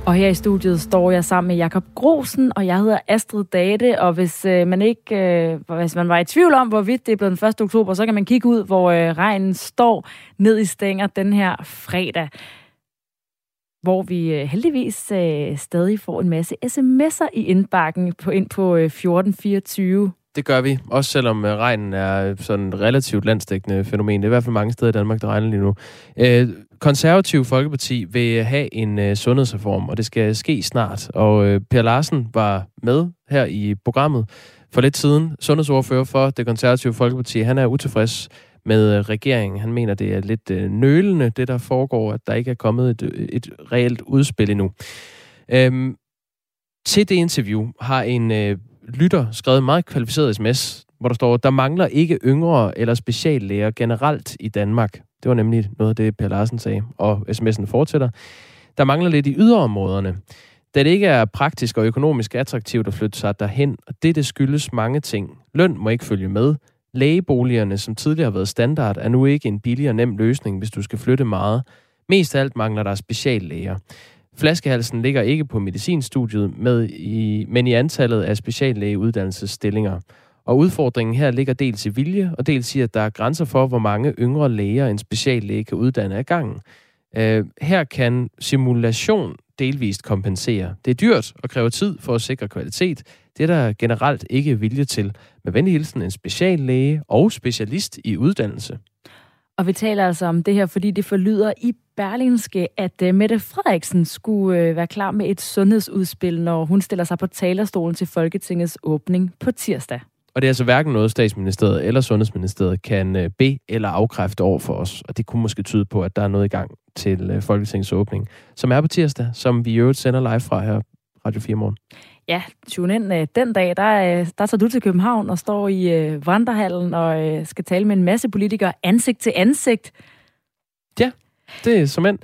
Og her i studiet står jeg sammen med Jakob Grosen, og jeg hedder Astrid Date, og hvis man var i tvivl om, hvorvidt det er blevet den 1. oktober, så kan man kigge ud, hvor regnen står ned i stænger den her fredag, hvor vi heldigvis stadig får en masse sms'er i indbakken ind på 1424. Det gør vi, også selvom regnen er sådan et relativt landsdækkende fænomen. Det er i hvert fald mange steder i Danmark, der regner lige nu. Konservativ Folkeparti vil have en sundhedsreform, og det skal ske snart. Og Per Larsen var med her i programmet for lidt siden. Sundhedsordfører for det Konservative Folkeparti. Han er utilfreds med regeringen. Han mener, det er lidt nølende, det der foregår, at der ikke er kommet et reelt udspil endnu. Til det interview har en lytter skrevet en meget kvalificeret sms, hvor der står, der mangler ikke yngre eller speciallæger generelt i Danmark. Det var nemlig noget af det, Per Larsen sagde, og sms'en fortsætter. Der mangler lidt i yderområderne, da det ikke er praktisk og økonomisk attraktivt at flytte sig derhen, og det skyldes mange ting. Løn må ikke følge med. Lægeboligerne, som tidligere har været standard, er nu ikke en billig og nem løsning, hvis du skal flytte meget. Mest af alt mangler der speciallæger. Flaskehalsen ligger ikke på medicinstudiet, men i antallet af speciallægeuddannelsesstillinger. Og udfordringen her ligger dels i vilje, og dels i, at der er grænser for, hvor mange yngre læger en speciallæge kan uddanne ad gangen. Her kan simulation delvist kompensere. Det er dyrt og kræver tid for at sikre kvalitet. Det er der generelt ikke vilje til. Med venlig hilsen en speciallæge og specialist i uddannelse. Og vi taler altså om det her, fordi det forlyder i Berlingske, at Mette Frederiksen skulle være klar med et sundhedsudspil, når hun stiller sig på talerstolen til Folketingets åbning på tirsdag. Og det er altså hverken noget, Statsministeriet eller Sundhedsministeriet kan bede eller afkræfte over for os. Og det kunne måske tyde på, at der er noget i gang til Folketingets åbning, som er på tirsdag, som vi i øvrigt sender live fra her Radio 4 Morgen. Ja, tune ind. Den dag, der tager du til København og står i Vandrehallen og skal tale med en masse politikere ansigt til ansigt. Ja, det er såmænd.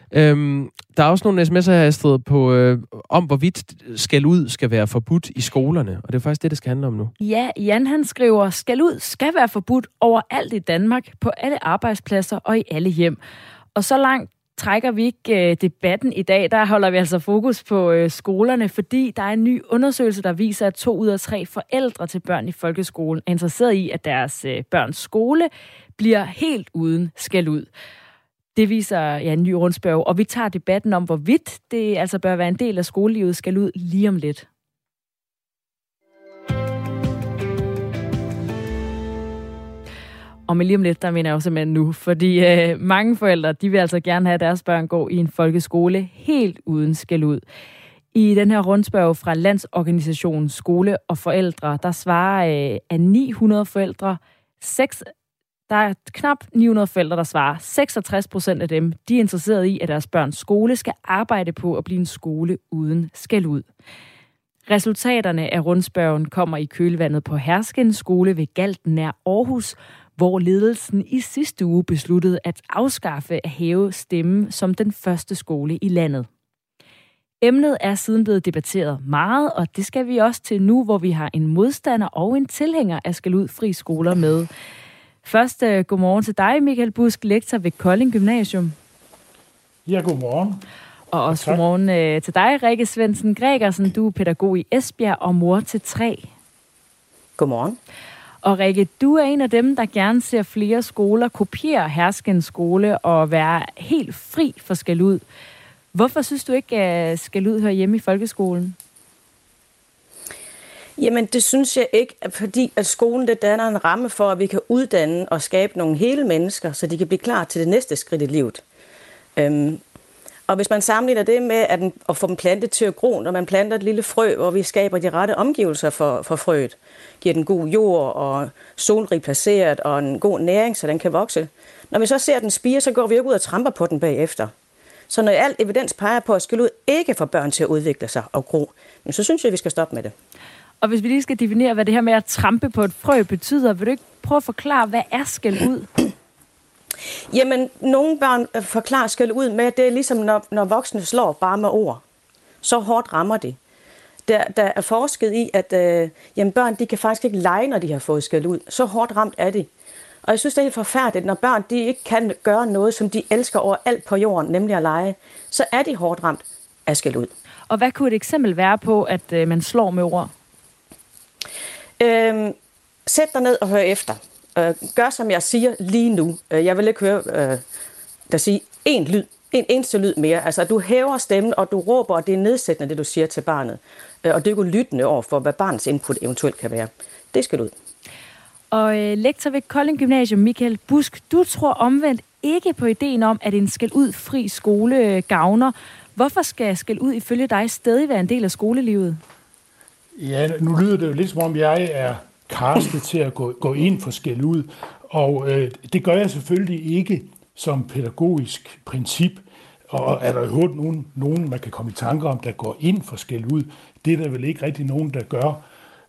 Der er også nogle sms'er her, Astrid, om hvorvidt skældud skal være forbudt i skolerne. Og det er faktisk det skal handle om nu. Ja, Jan han skriver, skældud skal være forbudt overalt i Danmark, på alle arbejdspladser og i alle hjem. Og så langt trækker vi ikke debatten i dag. Der holder vi altså fokus på skolerne, fordi der er en ny undersøgelse, der viser, at 2 ud af 3 forældre til børn i folkeskolen er interesseret i, at deres børns skole bliver helt uden skældud. Det viser en ny rundspørge, og vi tager debatten om, hvorvidt det altså bør være en del af skolelivet skældud lige om lidt. Og med lige om lidt, der mener jeg jo simpelthen nu, fordi mange forældre, de vil altså gerne have, at deres børn går i en folkeskole helt uden skældud. I den her rundspørge fra Landsorganisationen Skole og Forældre, der svarer af 900 forældre, der er knap 900 forældre, der svarer. 66% af dem, de er interesseret i, at deres børns skole skal arbejde på at blive en skole uden skældud. Resultaterne af rundspørgen kommer i kølvandet på Herskens skole ved Galten nær Aarhus, hvor ledelsen i sidste uge besluttede at afskaffe at hæve stemmen som den første skole i landet. Emnet er siden blevet debatteret meget, og det skal vi også til nu, hvor vi har en modstander og en tilhænger af skældudfri skoler med. Først godmorgen til dig, Michael Busk, lektor ved Kolding Gymnasium. Ja, godmorgen. Og også godmorgen til dig, Rikke Svendsen Gregersen. Du er pædagog i Esbjerg og mor til 3. Godmorgen. Og Rikke, du er en af dem, der gerne ser flere skoler kopiere Herskens skole og være helt fri for skældud. Hvorfor synes du ikke, at skældud hører hjemme i folkeskolen? Jamen, det synes jeg ikke, fordi at skolen det danner en ramme for, at vi kan uddanne og skabe nogle hele mennesker, så de kan blive klar til det næste skridt i livet. Og hvis man sammenligner det med at få dem plantet til at gro, når man planter et lille frø, hvor vi skaber de rette omgivelser for frøet, giver den god jord og solrig placeret og en god næring, så den kan vokse. Når vi så ser den spire, så går vi jo ud og tramper på den bagefter. Så når alt evidens peger på, at skældud ikke får børn til at udvikle sig og gro, så synes jeg, at vi skal stoppe med det. Og hvis vi lige skal definere, hvad det her med at trampe på et frø betyder, vil du ikke prøve at forklare, hvad er skældud? Jamen, nogle børn forklarer skældud med, at det er ligesom, når voksne slår bare med ord. Så hårdt rammer de. Der er forsket i, at børn de kan faktisk ikke lege, når de har fået skældud. Så hårdt ramt er de. Og jeg synes, det er helt forfærdeligt, når børn de ikke kan gøre noget, som de elsker overalt på jorden, nemlig at lege. Så er de hårdt ramt. af skæld ud. Og hvad kunne et eksempel være på, at man slår med ord? Sæt dig ned og hør efter. Gør, som jeg siger lige nu. Jeg vil ikke høre der sige en eneste lyd mere. Altså, at du hæver stemmen, og du råber, og det er nedsættende, det du siger til barnet. Og det er jo lyttende over for, hvad barnets input eventuelt kan være. Det skal ud. Og lektor ved Kolding Gymnasium, Michael Busk, du tror omvendt ikke på ideen om, at en skæld ud fri skole gavner. Hvorfor skal skæld ud ifølge dig stadig være en del af skolelivet? Ja, nu lyder det jo lidt som om, jeg er castet til at gå ind for skæld ud. Og det gør jeg selvfølgelig ikke som pædagogisk princip. Og er der jo nogen, man kan komme i tanker om, der går ind for skæld ud? Det er der vel ikke rigtig nogen, der gør.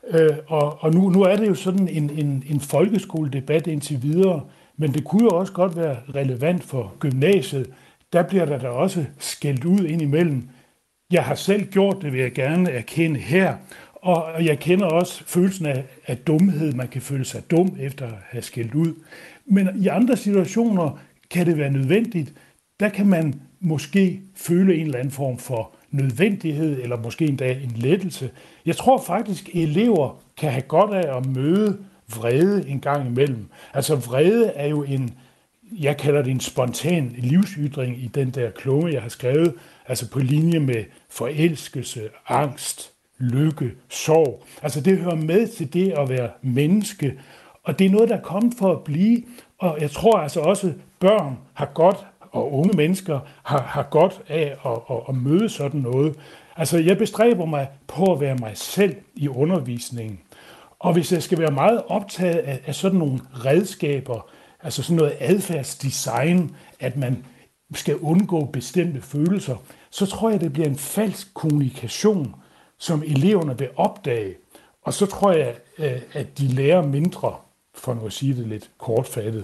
Og nu er det jo sådan en folkeskoledebat indtil videre, men det kunne jo også godt være relevant for gymnasiet. Der bliver der da også skældt ud indimellem. Jeg har selv gjort det, vil jeg gerne erkende her, og jeg kender også følelsen af dumhed. Man kan føle sig dum efter at have skældt ud. Men i andre situationer kan det være nødvendigt. Der kan man måske føle en eller anden form for nødvendighed, eller måske endda en lettelse. Jeg tror faktisk, at elever kan have godt af at møde vrede en gang imellem. Altså vrede er jo jeg kalder det en spontan livsytring i den der klumme, jeg har skrevet, altså på linje med forelskelse, angst, lykke, sorg. Altså det hører med til det at være menneske, og det er noget, der er kommet for at blive, og jeg tror altså også, børn har godt, og unge mennesker har godt af at møde sådan noget. Altså jeg bestræber mig på at være mig selv i undervisningen, og hvis jeg skal være meget optaget af sådan nogle redskaber, altså sådan noget adfærdsdesign, at man skal undgå bestemte følelser, så tror jeg, det bliver en falsk kommunikation, som eleverne vil opdage. Og så tror jeg, at de lærer mindre, for nu at sige det lidt kortfattet.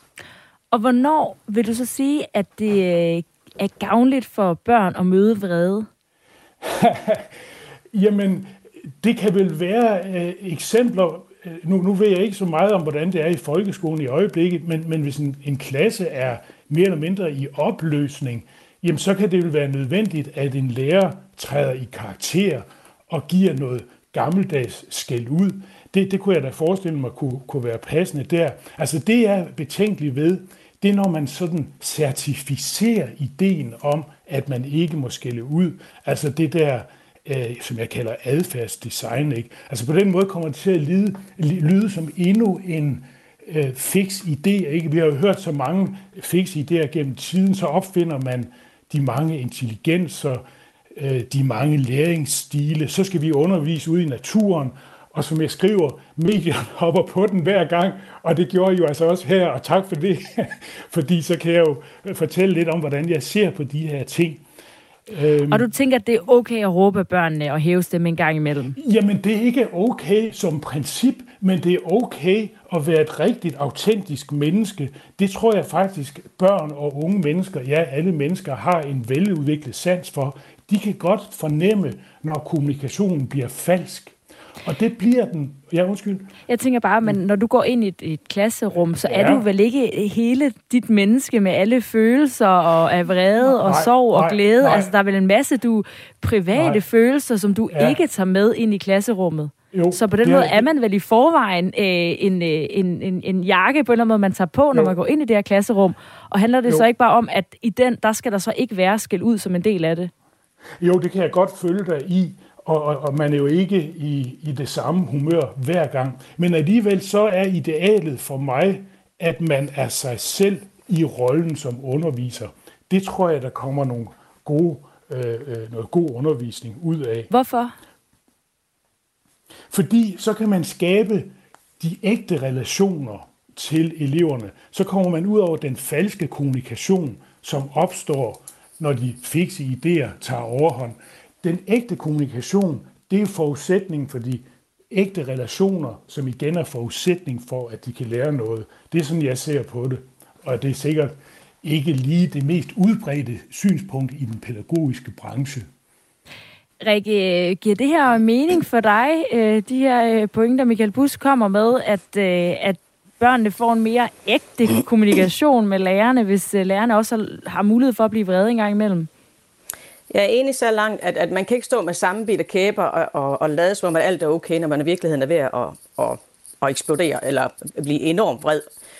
Og hvornår vil du så sige, at det er gavnligt for børn at møde vrede? Jamen, det kan vel være eksempler. Nu ved jeg ikke så meget om, hvordan det er i folkeskolen i øjeblikket, men hvis en klasse er mere eller mindre i opløsning, jamen så kan det vel være nødvendigt, at en lærer træder i karakter og giver noget gammeldags skæld ud. Det kunne jeg da forestille mig kunne være passende der. Altså det jeg er betænkelig ved, det er når man sådan certificerer ideen om, at man ikke må skælde ud. Altså det der, som jeg kalder adfærdsdesign, ikke? Altså på den måde kommer det til at lyde som endnu en fiks idé, ikke? Vi har jo hørt så mange fikse idéer gennem tiden, så opfinder man de mange intelligenser, de mange læringsstile, så skal vi undervise ude i naturen, og som jeg skriver, medierne hopper på den hver gang, og det gjorde jeg jo altså også her, og tak for det, fordi så kan jeg jo fortælle lidt om, hvordan jeg ser på de her ting. Og du tænker, at det er okay at råbe børnene og hæve dem en gang imellem? Jamen, det er ikke okay som princip, men det er okay at være et rigtigt, autentisk menneske. Det tror jeg faktisk, børn og unge mennesker, ja, alle mennesker har en veludviklet sans for. De kan godt fornemme, når kommunikationen bliver falsk. Og det bliver den. Ja, undskyld. Jeg tænker bare, men når du går ind i et klasserum, så er du vel ikke hele dit menneske med alle følelser og af vrede og sorg og glæde. Nej. Altså, der er vel en masse private følelser, som du ikke tager med ind i klasserummet. Jo, så på den måde er man vel i forvejen en jakke på en eller anden måde, man tager på, når man går ind i det her klasserum. Og handler det så ikke bare om, at i den, der skal der så ikke være skæld ud som en del af det? Jo, det kan jeg godt følge dig i. Og man er jo ikke i det samme humør hver gang. Men alligevel så er idealet for mig, at man er sig selv i rollen som underviser. Det tror jeg, der kommer noget god undervisning ud af. Hvorfor? Fordi så kan man skabe de ægte relationer til eleverne. Så kommer man ud over den falske kommunikation, som opstår, når de fikse idéer tager overhånd. Den ægte kommunikation, det er forudsætning for de ægte relationer, som igen er forudsætning for, at de kan lære noget. Det er sådan, jeg ser på det. Og det er sikkert ikke lige det mest udbredte synspunkt i den pædagogiske branche. Rikke, giver det her mening for dig, de her pointer, Michael Busk kommer med, at børnene får en mere ægte kommunikation med lærerne, hvis lærerne også har mulighed for at blive vrede en gang imellem? Jeg er enig så langt, at man kan ikke stå med samme bit af kæber og lade som om, at alt er okay, når man i virkeligheden er ved at eksplodere eller blive enormt vred.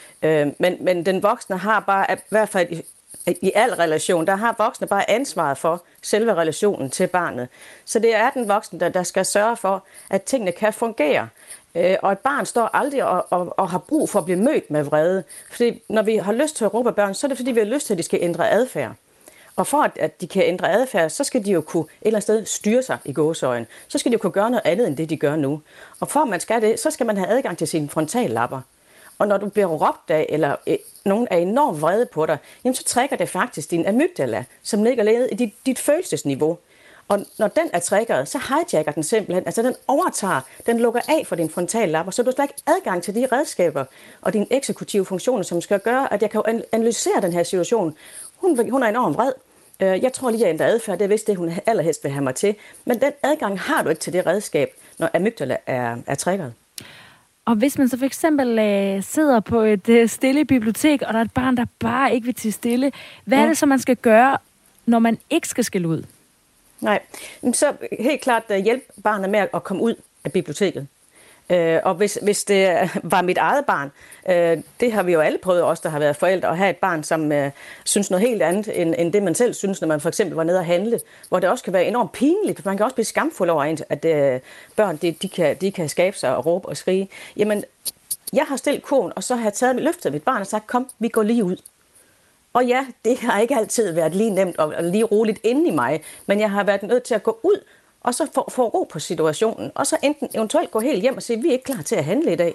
Men den voksne har bare, i hvert fald i al relation, der har voksne bare ansvaret for selve relationen til barnet. Så det er den voksne, der skal sørge for, at tingene kan fungere. Og et barn står aldrig og har brug for at blive mødt med vrede. Fordi når vi har lyst til at råbe børn, så er det fordi, vi har lyst til, at de skal ændre adfærd. Og for at de kan ændre adfærd, så skal de jo kunne et eller andet sted styre sig i gåseøjne. Så skal de jo kunne gøre noget andet, end det de gør nu. Og for at man skal det, så skal man have adgang til sine frontallapper. Og når du bliver råbt af, eller nogen er enormt vrede på dig, jamen så trækker det faktisk din amygdala, som ligger nede i dit følelsesniveau. Og når den er triggeret, så hijacker den simpelthen, altså den overtager, den lukker af for din frontallapper, så du har slet ikke adgang til de redskaber og dine eksekutive funktioner, som skal gøre, at jeg kan analysere den her situation. Hun er enormt vred. Jeg tror lige, at ændre adfærd, det er vist det, hun allerhelst vil have mig til. Men den adgang har du ikke til det redskab, når amygdala er triggeret. Og hvis man så for eksempel sidder på et stille bibliotek, og der er et barn, der bare ikke vil til stille, hvad er det så, man skal gøre, når man ikke skal skælde ud? Nej, så helt klart hjælpe barnet med at komme ud af biblioteket. Og hvis det var mit eget barn, det har vi jo alle prøvet, os der har været forældre, at have et barn, som synes noget helt andet, end det man selv synes, når man for eksempel var nede og handle, hvor det også kan være enormt pinligt. Man kan også blive skamfuld over, at børn de kan skabe sig og råbe og skrige. Jamen, jeg har stillet kurven, og så har jeg løftet mit barn og sagt, kom, vi går lige ud. Og ja, det har ikke altid været lige nemt og lige roligt inde i mig, men jeg har været nødt til at gå ud, og så få ro på situationen, og så eventuelt gå helt hjem og sige, at vi er ikke klar til at handle i dag.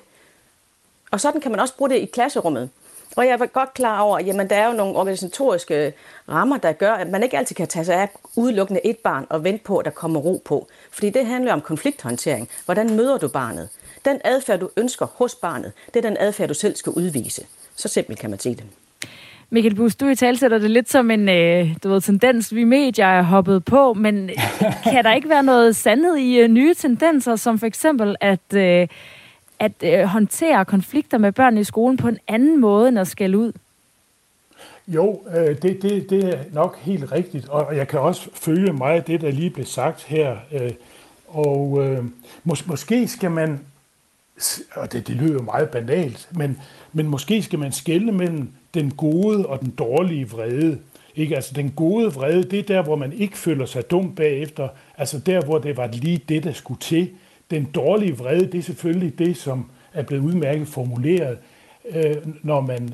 Og sådan kan man også bruge det i klasserummet. Og jeg er godt klar over, at jamen, der er jo nogle organisatoriske rammer, der gør, at man ikke altid kan tage sig af udelukkende et barn og vente på, at der kommer ro på. Fordi det handler om konflikthåndtering. Hvordan møder du barnet? Den adfærd, du ønsker hos barnet, det er den adfærd, du selv skal udvise. Så simpelt kan man sige det. Michael Buus, du italesætter det lidt som en tendens, vi medier er hoppet på, men kan der ikke være noget sandhed i nye tendenser, som for eksempel at håndtere konflikter med børn i skolen på en anden måde end at skælde ud? Jo, det er nok helt rigtigt, og jeg kan også følge meget af det, der lige blev sagt her. Måske skal man, og det lyder jo meget banalt, men måske skal man skelne mellem den gode og den dårlige vrede. Ikke? Altså den gode vrede, det er der, hvor man ikke føler sig dum bagefter. Altså der, hvor det var lige det, der skulle til. Den dårlige vrede, det er selvfølgelig det, som er blevet udmærket formuleret, når man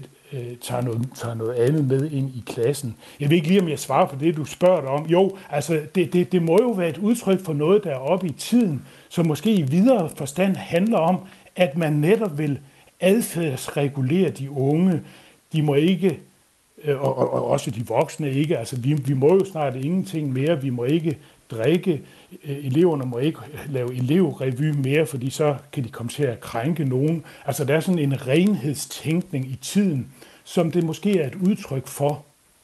tager noget andet med ind i klassen. Jeg ved ikke lige, om jeg svarer på det, du spørger dig om. Jo, altså det må jo være et udtryk for noget, der er oppe i tiden, som måske i videre forstand handler om, at man netop vil adfærdsregulere de unge. De må ikke, og også de voksne ikke, altså vi må jo snart ingenting mere, vi må ikke drikke, eleverne må ikke lave elevrevy mere, fordi så kan de komme til at krænke nogen. Altså der er sådan en renhedstænkning i tiden, som det måske er et udtryk for.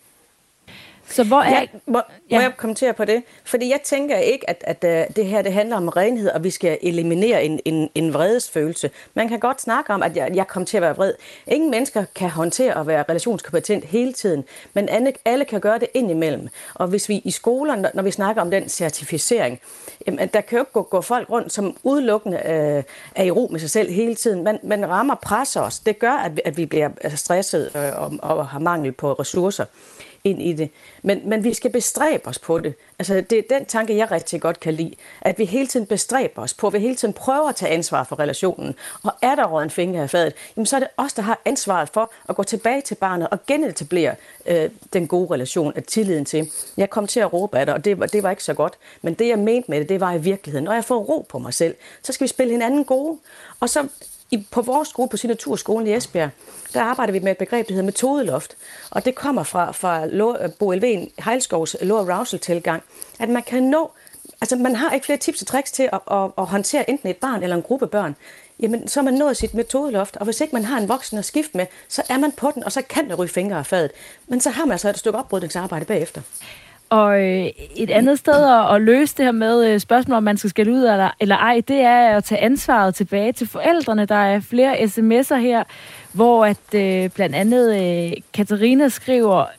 Så hvor er... Må jeg kommentere på det? Fordi jeg tænker ikke, at det her det handler om renhed, og vi skal eliminere en vredesfølelse. Man kan godt snakke om, at jeg kommer til at være vred. Ingen mennesker kan håndtere at være relationskompetent hele tiden, men alle kan gøre det indimellem. Og hvis vi i skolerne, når vi snakker om den certificering, jamen, der kan jo ikke gå folk rundt, som udelukkende er i ro med sig selv hele tiden. Man rammer presser os. Det gør, at vi bliver stresset og har mangel på ressourcer ind i det. Men vi skal bestræbe os på det. Altså, det er den tanke, jeg rigtig godt kan lide. At vi hele tiden bestræber os på, at vi hele tiden prøver at tage ansvar for relationen. Og er der råd en finger af fadet, jamen så er det os, der har ansvaret for at gå tilbage til barnet og genetablere den gode relation, af tilliden til. Jeg kom til at råbe af det, og det var ikke så godt. Men det, jeg mente med det var i virkeligheden. Når jeg får ro på mig selv, så skal vi spille hinanden gode. Og så på vores skole, på Signaturskolen i Esbjerg, der arbejder vi med et begreb, der hedder metodeloft. Og det kommer fra Bo L.V. Heilskovs low arousal-tilgang, at man kan nå, altså man har ikke flere tips og tricks til at håndtere enten et barn eller en gruppe børn. Jamen, så er man nået sit metodeloft, og hvis ikke man har en voksen at skifte med, så er man på den, og så kan det ryge fingre af fadet. Men så har man altså et stykke oprydningsarbejde bagefter. Og et andet sted at løse det her med spørgsmål, om man skal skælde ud eller ej, det er at tage ansvaret tilbage til forældrene. Der er flere sms'er her, hvor at blandt andet Katarina skriver,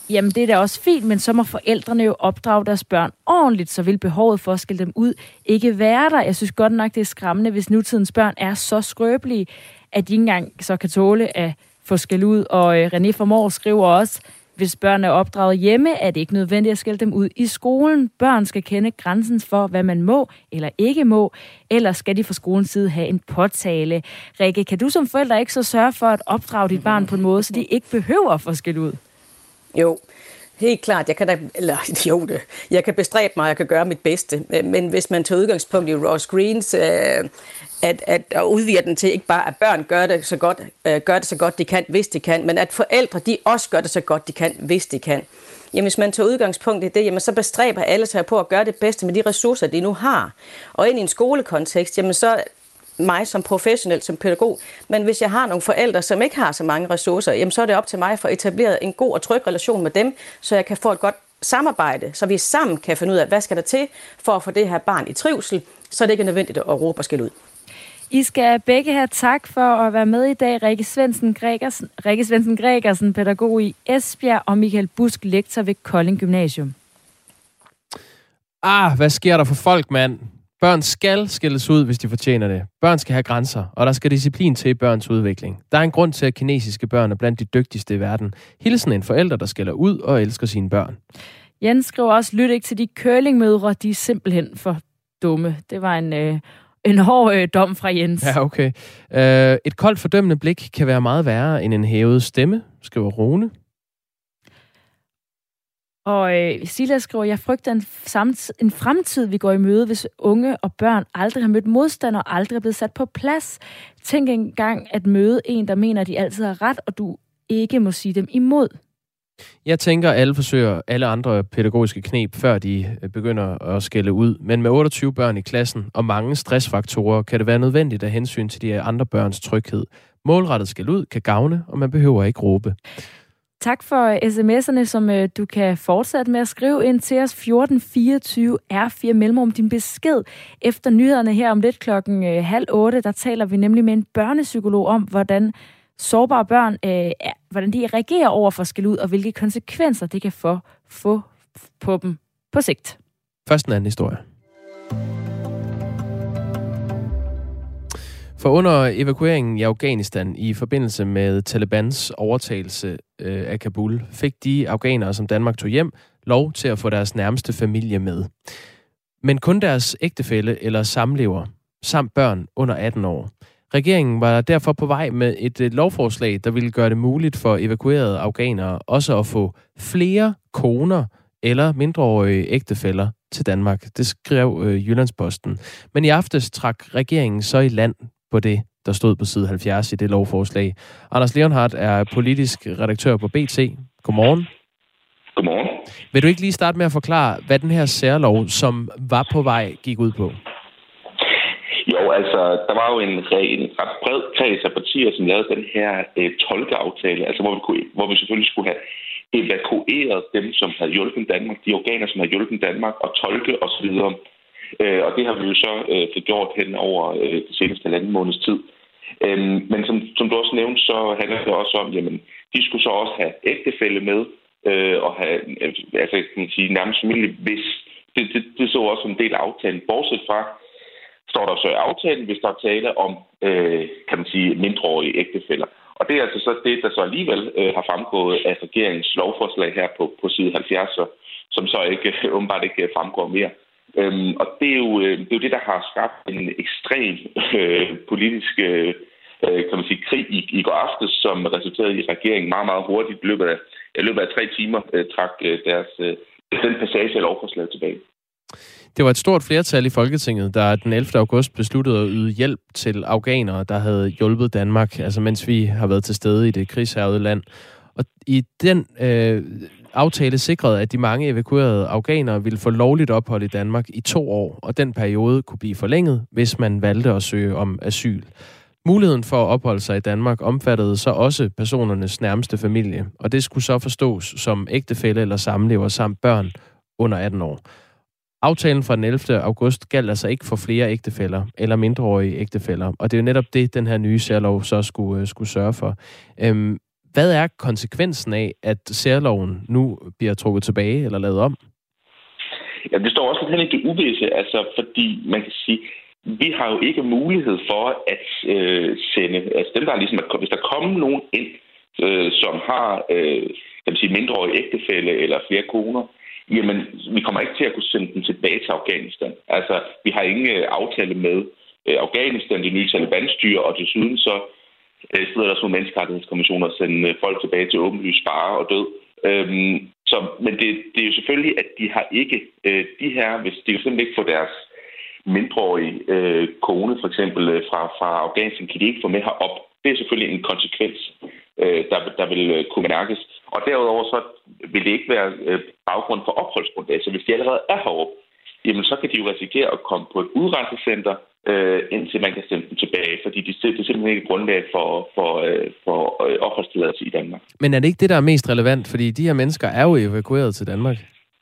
jamen det er da også fint, men så må forældrene jo opdrage deres børn ordentligt, så vil behovet for at skille dem ud ikke være der. Jeg synes godt nok, det er skræmmende, hvis nutidens børn er så skrøbelige, at de ikke engang så kan tåle at få skæld ud. Og René Formår skriver også, hvis børn er opdraget hjemme, er det ikke nødvendigt at skælde dem ud i skolen. Børn skal kende grænsen for, hvad man må eller ikke må, ellers skal de fra skolens side have en påtale. Rikke, kan du som forælder ikke så sørge for at opdrage dit barn på en måde, så de ikke behøver at få skæld ud? Jo, helt klart. Jeg kan bestræbe mig, jeg kan gøre mit bedste. Men hvis man tager udgangspunkt i Ross Greens, at udvide den til ikke bare, at børn gør det så godt de kan, hvis de kan, men at forældre de også gør det så godt de kan, hvis de kan. Jamen, hvis man tager udgangspunkt i det, jamen, så bestræber alle sig på at gøre det bedste med de ressourcer, de nu har. Og ind i en skolekontekst, jamen så mig som professionel, som pædagog, men hvis jeg har nogle forældre, som ikke har så mange ressourcer, jamen så er det op til mig at få etableret en god og tryg relation med dem, så jeg kan få et godt samarbejde, så vi sammen kan finde ud af, hvad skal der til for at få det her barn i trivsel, så det ikke er nødvendigt at råbe og skælde ud. I skal begge have tak for at være med i dag. Rikke Svendsen Gregersen, pædagog i Esbjerg, og Michael Busk, lektor ved Kolding Gymnasium. Hvad sker der for folk, mand? Børn skal skilles ud, hvis de fortjener det. Børn skal have grænser, og der skal disciplin til i børns udvikling. Der er en grund til, at kinesiske børn er blandt de dygtigste i verden. Hilsen en forælder, der skælder ud og elsker sine børn. Jens skriver også, lyt ikke til de curlingmødre, de er simpelthen for dumme. Det var en hård dom fra Jens. Ja, okay. Et koldt fordømmende blik kan være meget værre end en hævet stemme, skriver Rune. Og Silas skriver, jeg frygter en fremtid, vi går i møde, hvis unge og børn aldrig har mødt modstand og aldrig er blevet sat på plads. Tænk engang at møde en, der mener, at de altid har ret, og du ikke må sige dem imod. Jeg tænker, at alle forsøger alle andre pædagogiske knep, før de begynder at skælde ud. Men med 28 børn i klassen og mange stressfaktorer, kan det være nødvendigt af hensyn til de andre børns tryghed. Målrettet skæld ud kan gavne, og man behøver ikke råbe. Tak for sms'erne, som du kan fortsætte med at skrive ind til os. 1424 R4 mellemrum din besked. Efter nyhederne her om lidt 7:30, der taler vi nemlig med en børnepsykolog om, hvordan sårbare børn, hvordan de reagerer over for skæld ud, og hvilke konsekvenser det kan få på dem på sigt. Først en anden historie. For under evakueringen i Afghanistan i forbindelse med Talibans overtagelse af Kabul, fik de afghanere, som Danmark tog hjem, lov til at få deres nærmeste familie med. Men kun deres ægtefælle eller samlever, samt børn under 18 år. Regeringen var derfor på vej med et lovforslag, der ville gøre det muligt for evakuerede afghanere også at få flere koner eller mindreårige ægtefæller til Danmark. Det skrev Jyllandsposten. Men i aftes trak regeringen så i land på det, der stod på side 70 i det lovforslag. Anders Leonhardt er politisk redaktør på BT. Godmorgen. Godmorgen. Vil du ikke lige starte med at forklare, hvad den her særlov, som var på vej, gik ud på? Jo, altså, der var jo en ret bred kreds af partier, som lavede den her tolkeaftale, altså hvor vi selvfølgelig skulle have evakueret dem, som havde hjulpet Danmark, de organer, som havde hjulpet Danmark, og tolke osv. Og det har vi jo så fået gjort hen over det seneste 1,5 måneds tid. Men som du også nævnte, så handler det også om, jamen, de skulle så også have ægtefælle med, og have, altså kan man sige, nærmest familie, hvis det så også en del af aftalen. Bortset fra, står der så i aftalen, hvis der er tale om, kan man sige, mindreårige ægtefæller. Og det er altså så det, der så alligevel har fremgået af regeringens lovforslag her på side 70, som så åbenbart ikke fremgår mere. Og det er jo det, der har skabt en ekstrem politisk kan man sige, krig i går aftes, som resulterede i regeringen meget, meget hurtigt i løbet af 3 timer trak den passage af lovforslaget tilbage. Det var et stort flertal i Folketinget, der den 11. august besluttede at yde hjælp til afghanere, der havde hjulpet Danmark, altså mens vi har været til stede i det krigshærgede land. Og i den aftale sikrede, at de mange evakuerede afghanere ville få lovligt ophold i Danmark i 2 år, og den periode kunne blive forlænget, hvis man valgte at søge om asyl. Muligheden for at opholde sig i Danmark omfattede så også personernes nærmeste familie, og det skulle så forstås som ægtefælle eller samlever samt børn under 18 år. Aftalen fra den 11. august galt altså ikke for flere ægtefæller eller mindreårige ægtefæller, og det er jo netop det, den her nye særlov så skulle sørge for. Hvad er konsekvensen af, at særloven nu bliver trukket tilbage eller lavet om? Ja, det står også lidt hen i det uvisse, altså fordi man kan sige, vi har jo ikke mulighed for at sende, altså dem der er ligesom, hvis der kommer nogen ind, som har kan man sige, mindreårige ægtefælle eller flere koner, jamen vi kommer ikke til at kunne sende dem tilbage til Afghanistan. Altså vi har ingen aftale med Afghanistan, det nye Taliban-styre, og desuden så sidder der sådan menneskerettighedskommissioner at sende folk tilbage til åbenlys fare og død. Men det er jo selvfølgelig, at de har ikke de her, hvis de jo simpelthen ikke får deres mindreårige kone, for eksempel fra Afghanistan, kan de ikke få med herop. Det er selvfølgelig en konsekvens, der vil kunne mærkes. Og derudover så vil det ikke være baggrund for opholdsgrundlag. Så hvis de allerede er heroppe, jamen så kan de jo risikere at komme på et udrejsecenter, indtil man kan sende dem tilbage, fordi det er simpelthen ikke grundlag for opholdstilladelse i Danmark. Men er det ikke det, der er mest relevant? Fordi de her mennesker er jo evakueret til Danmark.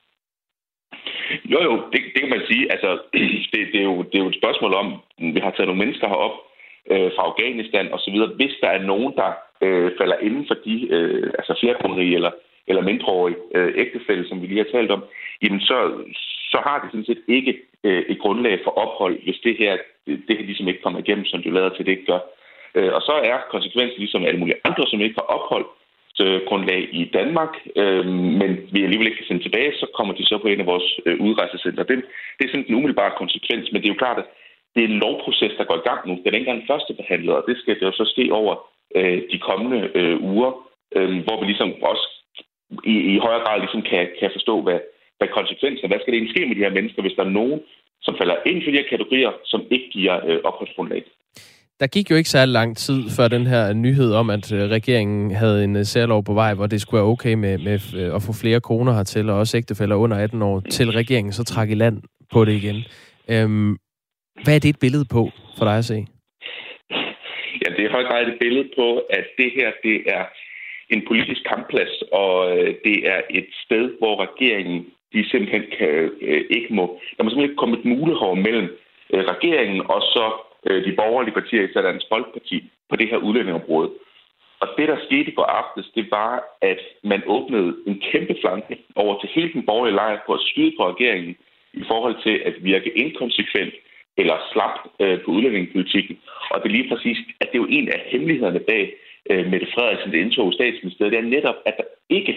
Jo, det kan man sige. Altså, det er jo et spørgsmål om, vi har taget nogle mennesker herop fra Afghanistan og så videre. Hvis der er nogen, der falder inden for de altså flerkonrige eller mindreårige ægtefælle, som vi lige har talt om, jamen så har det sådan set ikke et grundlag for ophold, hvis det her ligesom ikke kommer igennem, som du lader til det ikke gør. Og så er konsekvensen ligesom alle mulige andre, som ikke har opholdsgrundlag i Danmark, men vi alligevel ikke kan sende tilbage, så kommer de så på en af vores udrejsecenter. Det er sådan en umiddelbar konsekvens, men det er jo klart, at det er en lovproces, der går i gang nu. Den er ikke engang førstebehandlet, og det skal jo så ske over de kommende uger, hvor vi ligesom også i højere grad ligesom kan forstå, hvad konsekvenser, hvad skal det egentlig ske med de her mennesker, hvis der er nogen, som falder ind for de her kategorier, som ikke giver opholdsgrundlag. Der gik jo ikke særlig lang tid før den her nyhed om, at regeringen havde en særlov på vej, hvor det skulle være okay med at få flere koner hertil, og også ægtefæller under 18 år, til regeringen så trak i land på det igen. Hvad er det et billede på for dig at se? Ja, det er i høj grad et billede på, at det her, det er en politisk kampplads, og det er et sted, hvor regeringen, de simpelthen ikke må... Der må simpelthen ikke komme et mulehår mellem regeringen og så de borgerlige partier, især Dansk Folkeparti, på det her udlændingeområde. Og det, der skete i går aftes, det var, at man åbnede en kæmpe flanke over til hele den borgerlige lejr på at skyde på regeringen i forhold til at virke inkonsekvent eller slap på udlændingepolitikken. Og det er lige præcis, at det er jo en af hemmelighederne bag Mette Frederiksen, det indtog statsministeriet, det er netop, at der ikke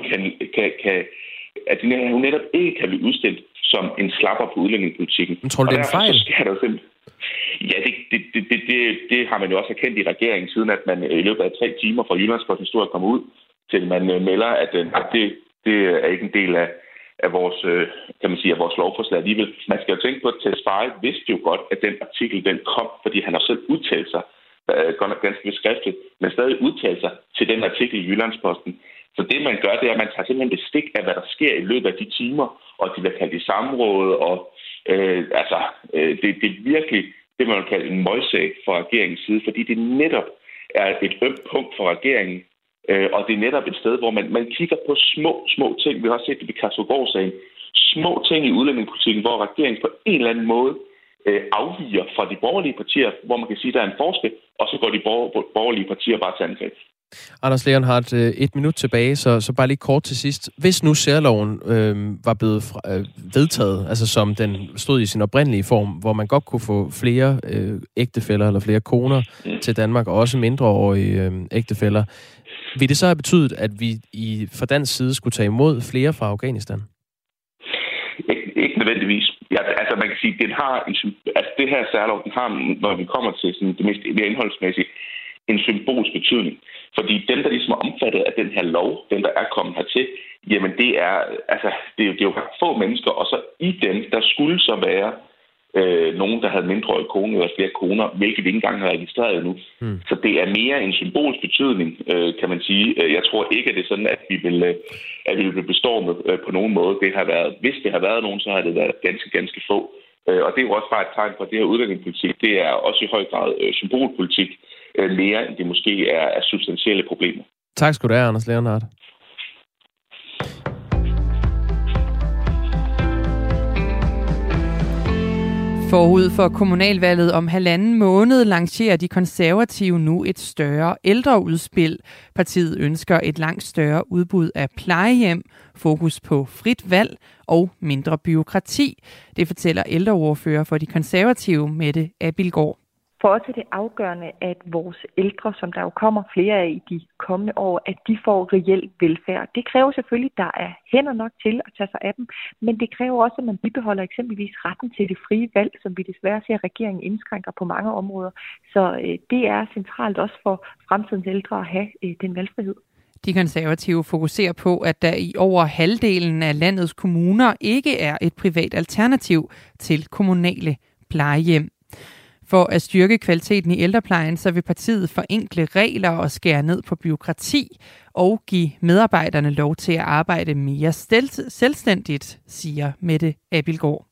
at hun netop ikke kan blive udstillet som en slapper på udlændingepolitikken. Men tror du, det er en fejl? Ja, det har man jo også erkendt i regeringen, siden at man i løbet af 3 timer fra Jyllandsposten stod at komme ud, til man melder, at det er ikke en del af vores, kan man sige, af vores lovforslag alligevel. Man skal jo tænke på, at Tess Faye vidste jo godt, at den artikel, den kom, fordi han har selv udtalt sig, godt nok ganske beskriftligt, men stadig udtalt sig til den artikel i Jyllandsposten. Så det, man gør, det er, at man tager simpelthen bestik af, hvad der sker i løbet af de timer, og de bliver kaldt i samråd, og det er virkelig det, man vil kalde en møgssag fra regeringens side, fordi det netop er et ømt punkt for regeringen, og det er netop et sted, hvor man kigger på små ting. Vi har også set det ved Kærshovedgård-sagen. Små ting i udlændingepolitikken, hvor regeringen på en eller anden måde afviger fra de borgerlige partier, hvor man kan sige, at der er en forskel, og så går de borgerlige partier bare til angreb. Anders Leonhardt, 1 minut tilbage, så bare lige kort til sidst. Hvis nu særloven var blevet vedtaget, altså som den stod i sin oprindelige form, hvor man godt kunne få flere ægtefæller eller flere koner til Danmark, og også mindreårige ægtefæller, vil det så have betydet, at vi fra dansk side skulle tage imod flere fra Afghanistan? Ikke nødvendigvis. Ja, altså man kan sige, at det her særlov, den har, når vi kommer til sådan det mest indholdsmæssige, en symbolsk betydning. Fordi dem, der ligesom er omfattet af den her lov, dem, der er kommet hertil, jamen det er jo få mennesker, og så i dem, der skulle så være nogen, der havde mindreårige koner eller flere koner, hvilket vi ikke engang har registreret endnu. Så det er mere en symbolsk betydning, kan man sige. Jeg tror ikke, at det er sådan, at vi vil bestorme på nogen måde. Det har været, hvis det har været nogen, så har det været ganske få. Og det er jo også bare et tegn på, at det her udlændingepolitik, det er også i høj grad symbolpolitik, mere end det måske er substantielle problemer. Tak skal du have, Anders Leonhardt. Forud for kommunalvalget om 1,5 måned lancerer de konservative nu et større ældreudspil. Partiet ønsker et langt større udbud af plejehjem, fokus på frit valg og mindre bureaukrati. Det fortæller ældreordfører for de konservative, Mette Abildgaard. For os er det afgørende, at vores ældre, som der jo kommer flere af i de kommende år, at de får reel velfærd. Det kræver selvfølgelig, at der er hænder nok til at tage sig af dem, men det kræver også, at man bibeholder eksempelvis retten til det frie valg, som vi desværre ser, at regeringen indskrænker på mange områder. Så det er centralt også for fremtidens ældre at have den valgfrihed. De konservative fokuserer på, at der i over halvdelen af landets kommuner ikke er et privat alternativ til kommunale plejehjem. For at styrke kvaliteten i ældreplejen, så vil partiet forenkle regler og skære ned på bureaukrati og give medarbejderne lov til at arbejde mere selvstændigt, siger Mette Abildgaard.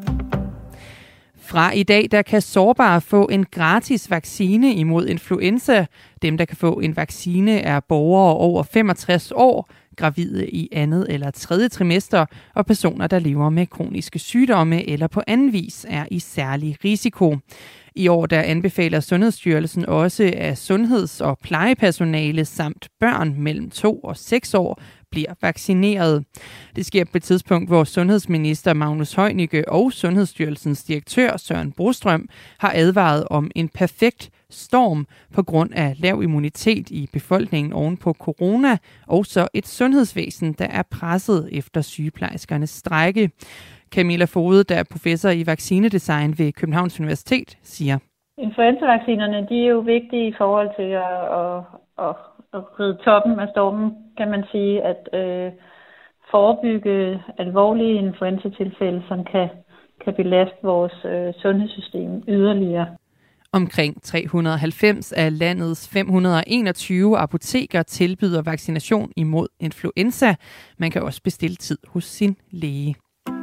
Fra i dag, der kan sårbare få en gratis vaccine imod influenza. Dem, der kan få en vaccine, er borgere over 65 år, gravide i andet eller tredje trimester og personer, der lever med kroniske sygdomme eller på anden vis er i særlig risiko. I år der anbefaler Sundhedsstyrelsen også, at sundheds- og plejepersonale samt børn mellem 2 og 6 år bliver vaccineret. Det sker på et tidspunkt, hvor sundhedsminister Magnus Heunicke og Sundhedsstyrelsens direktør Søren Brostrøm har advaret om en perfekt storm på grund af lav immunitet i befolkningen oven på corona, og så et sundhedsvæsen, der er presset efter sygeplejerskernes strejke. Camilla Fode, der er professor i vaccinedesign ved Københavns Universitet, siger: Influenzavaccinerne, de er jo vigtige i forhold til at ride toppen af stormen, kan man sige, at forebygge alvorlige influenzatilfælde, som kan belaste vores sundhedssystem yderligere. Omkring 390 af landets 521 apoteker tilbyder vaccination imod influenza. Man kan også bestille tid hos sin læge.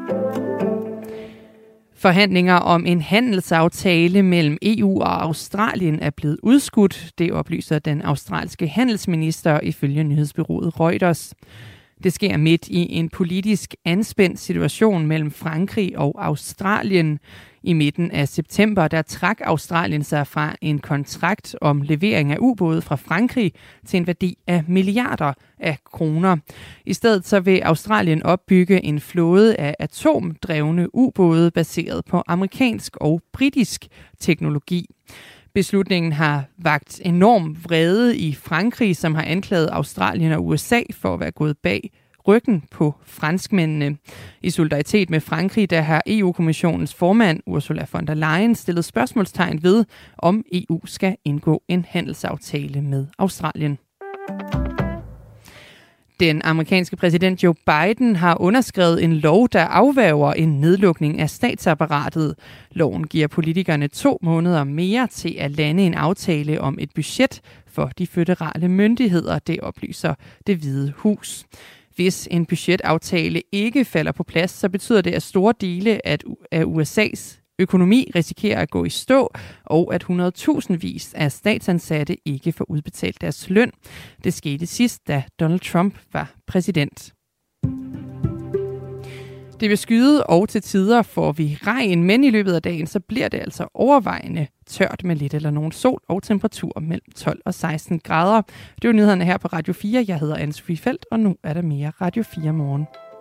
Forhandlinger om en handelsaftale mellem EU og Australien er blevet udskudt. Det oplyser den australske handelsminister ifølge nyhedsbureauet Reuters. Det sker midt i en politisk anspændt situation mellem Frankrig og Australien. I midten af september der trak Australien sig fra en kontrakt om levering af ubåde fra Frankrig til en værdi af milliarder af kroner. I stedet så vil Australien opbygge en flåde af atomdrevne ubåde baseret på amerikansk og britisk teknologi. Beslutningen har vakt enorm vrede i Frankrig, som har anklaget Australien og USA for at være gået bag ryggen på franskmændene. I solidaritet med Frankrig, der har EU-kommissionens formand Ursula von der Leyen stillet spørgsmålstegn ved, om EU skal indgå en handelsaftale med Australien. Den amerikanske præsident Joe Biden har underskrevet en lov, der afværger en nedlukning af statsapparatet. Loven giver politikerne 2 måneder mere til at lande en aftale om et budget for de føderale myndigheder, det oplyser Det Hvide Hus. Hvis en budgetaftale ikke falder på plads, så betyder det, at store dele af USA's økonomi risikerer at gå i stå, og at 100.000vis af statsansatte ikke får udbetalt deres løn. Det skete sidst, da Donald Trump var præsident. Det vil skyde, og til tider får vi regn, men i løbet af dagen så bliver det altså overvejende tørt med lidt eller nogen sol og temperatur mellem 12 og 16 grader. Det var nyhederne her på Radio 4. Jeg hedder Anne-Sophie Feldt, og nu er der mere Radio 4 morgen.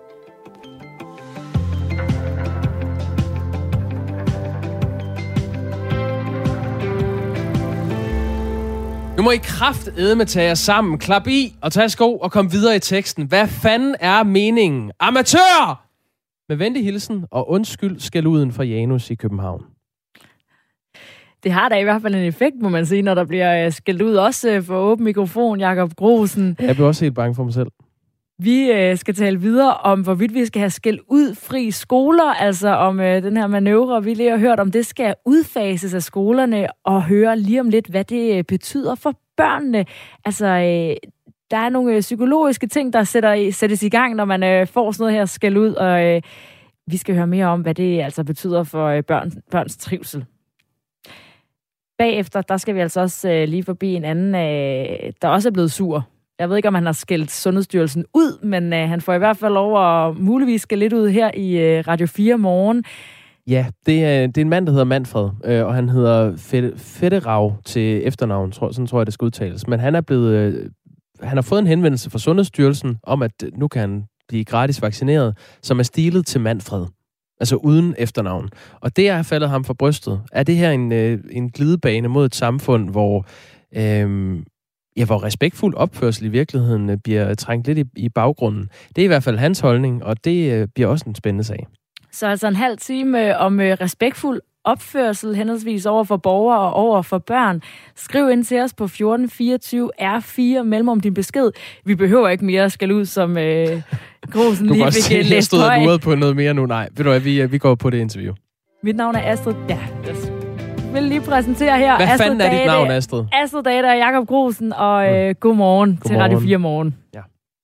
Nu må I kraftedme tage jer sammen, klap i og tage sko og kom videre i teksten. Hvad fanden er meningen? Amatør! Med venlig hilsen og undskyld skælduden fra Janus i København. Det har da i hvert fald en effekt, må man sige, når der bliver skældt ud. Også for åben mikrofon, Jakob Grosen. Jeg bliver også helt bange for mig selv. Vi skal tale videre om, hvorvidt vi skal have skældt ud fri skoler, altså om den her manøvre, vi lige har hørt om, det skal udfases af skolerne, og høre lige om lidt, hvad det betyder for børnene. Altså, der er nogle psykologiske ting, der sættes i gang, når man får sådan noget her skæld ud, og vi skal høre mere om, hvad det altså betyder for børns trivsel. Bagefter, der skal vi altså også lige forbi en anden, der også er blevet sur. Jeg ved ikke, om han har skældt Sundhedsstyrelsen ud, men han får i hvert fald lov at muligvis skælde lidt ud her i Radio 4 morgen. Ja, det er en mand, der hedder Manfred, og han hedder Fedderau til efternavn, sådan tror jeg, det skal udtales. Men han har fået en henvendelse fra Sundhedsstyrelsen om, at nu kan han blive gratis vaccineret, som er stilet til Manfred. Altså uden efternavn. Og det er faldet ham for brystet. Er det her en glidebane mod et samfund, hvor respektfuld opførsel i virkeligheden bliver trængt lidt i baggrunden? Det er i hvert fald hans holdning, og det bliver også en spændende sag. Så altså en halv time om respektfuld opførsel henholdsvis over for borgere og over for børn. Skriv ind til os på 1424 R4 mellemom din besked. Vi behøver ikke mere skal ud, som Grusen lige fik læst høj. Jeg stod og uret på noget mere nu. Nej, ved du hvad, vi går på det interview. Mit navn er Astrid. Ja, jeg vil lige præsentere her. Hvad fanden er dit navn, Astrid? Astrid Date og Jakob Grusen, og godmorgen til Radio 4 Morgen. Ja.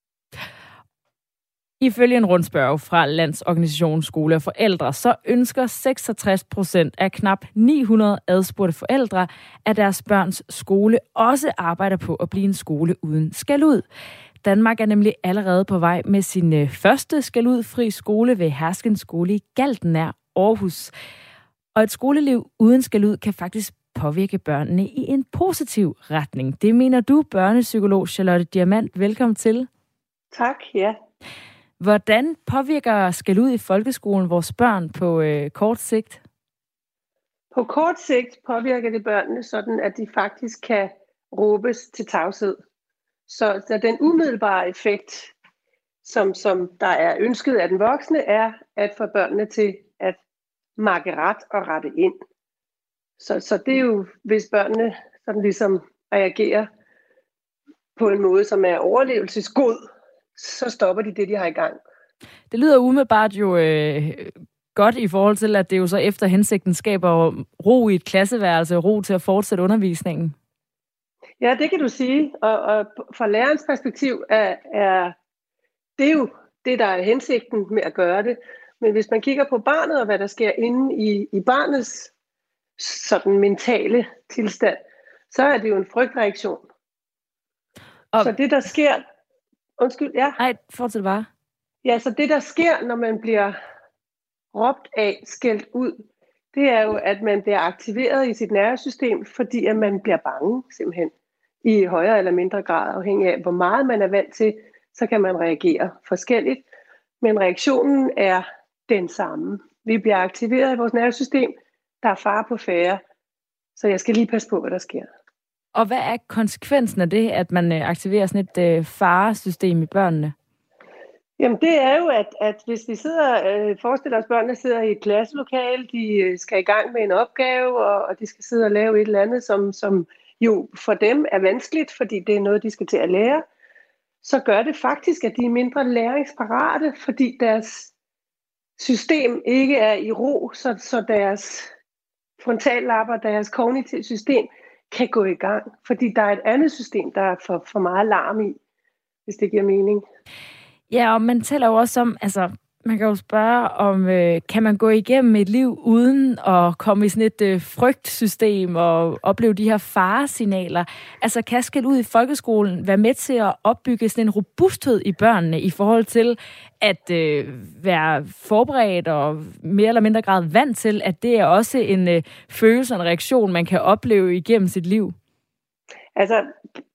Ifølge en rundspørge fra Landsorganisationen Skole og Forældre, så ønsker 66% af knap 900 adspurgte forældre, at deres børns skole også arbejder på at blive en skole uden skældud. Danmark er nemlig allerede på vej med sin første skældudfri skole ved Herskens Skole i Galten nær Aarhus. Og et skoleliv uden skældud kan faktisk påvirke børnene i en positiv retning. Det mener du, børnepsykolog Charlotte Diamant. Velkommen til. Tak, ja. Hvordan påvirker skældud i folkeskolen vores børn på kort sigt? På kort sigt påvirker det børnene sådan, at de faktisk kan råbes til tavshed. Så den umiddelbare effekt, som der er ønsket af den voksne, er at få børnene til at makke ret og rette ind. Så det er jo, hvis børnene sådan ligesom reagerer på en måde, som er overlevelsesgod, så stopper de det, de har i gang. Det lyder umiddelbart jo godt i forhold til, at det jo så efter hensigten skaber ro i et klasseværelse, ro til at fortsætte undervisningen. Ja, det kan du sige. Og fra lærerens perspektiv er det jo det, der er hensigten med at gøre det. Men hvis man kigger på barnet og hvad der sker inde i barnets sådan mentale tilstand, så er det jo en frygtreaktion. Så det, der sker... Undskyld, ja. Nej, fortsæt bare. Ja, så det, der sker, når man bliver råbt af, skældt ud, det er jo, at man bliver aktiveret i sit nervesystem, fordi at man bliver bange, simpelthen. I højere eller mindre grad, afhængig af, hvor meget man er vant til, så kan man reagere forskelligt. Men reaktionen er den samme. Vi bliver aktiveret i vores nervesystem. Der er fare på færde, så jeg skal lige passe på, hvad der sker. Og hvad er konsekvensen af det, at man aktiverer sådan et faresystem i børnene? Jamen det er jo, at hvis vi forestiller os, at børnene sidder i et klasselokale, de skal i gang med en opgave, og de skal sidde og lave et eller andet, som jo for dem er vanskeligt, fordi det er noget, de skal til at lære, så gør det faktisk, at de er mindre læringsparate, fordi deres system ikke er i ro, så deres frontallapper, deres kognitive system, kan gå i gang, fordi der er et andet system, der er for meget larm i, hvis det giver mening. Ja, og man taler jo også om, altså man kan jo spørge om, kan man gå igennem et liv uden at komme i sådan et frygtsystem og opleve de her faresignaler? Altså kan skældud i folkeskolen være med til at opbygge sådan en robusthed i børnene i forhold til at være forberedt og mere eller mindre grad vant til, at det er også en følelse og en reaktion, man kan opleve igennem sit liv? Altså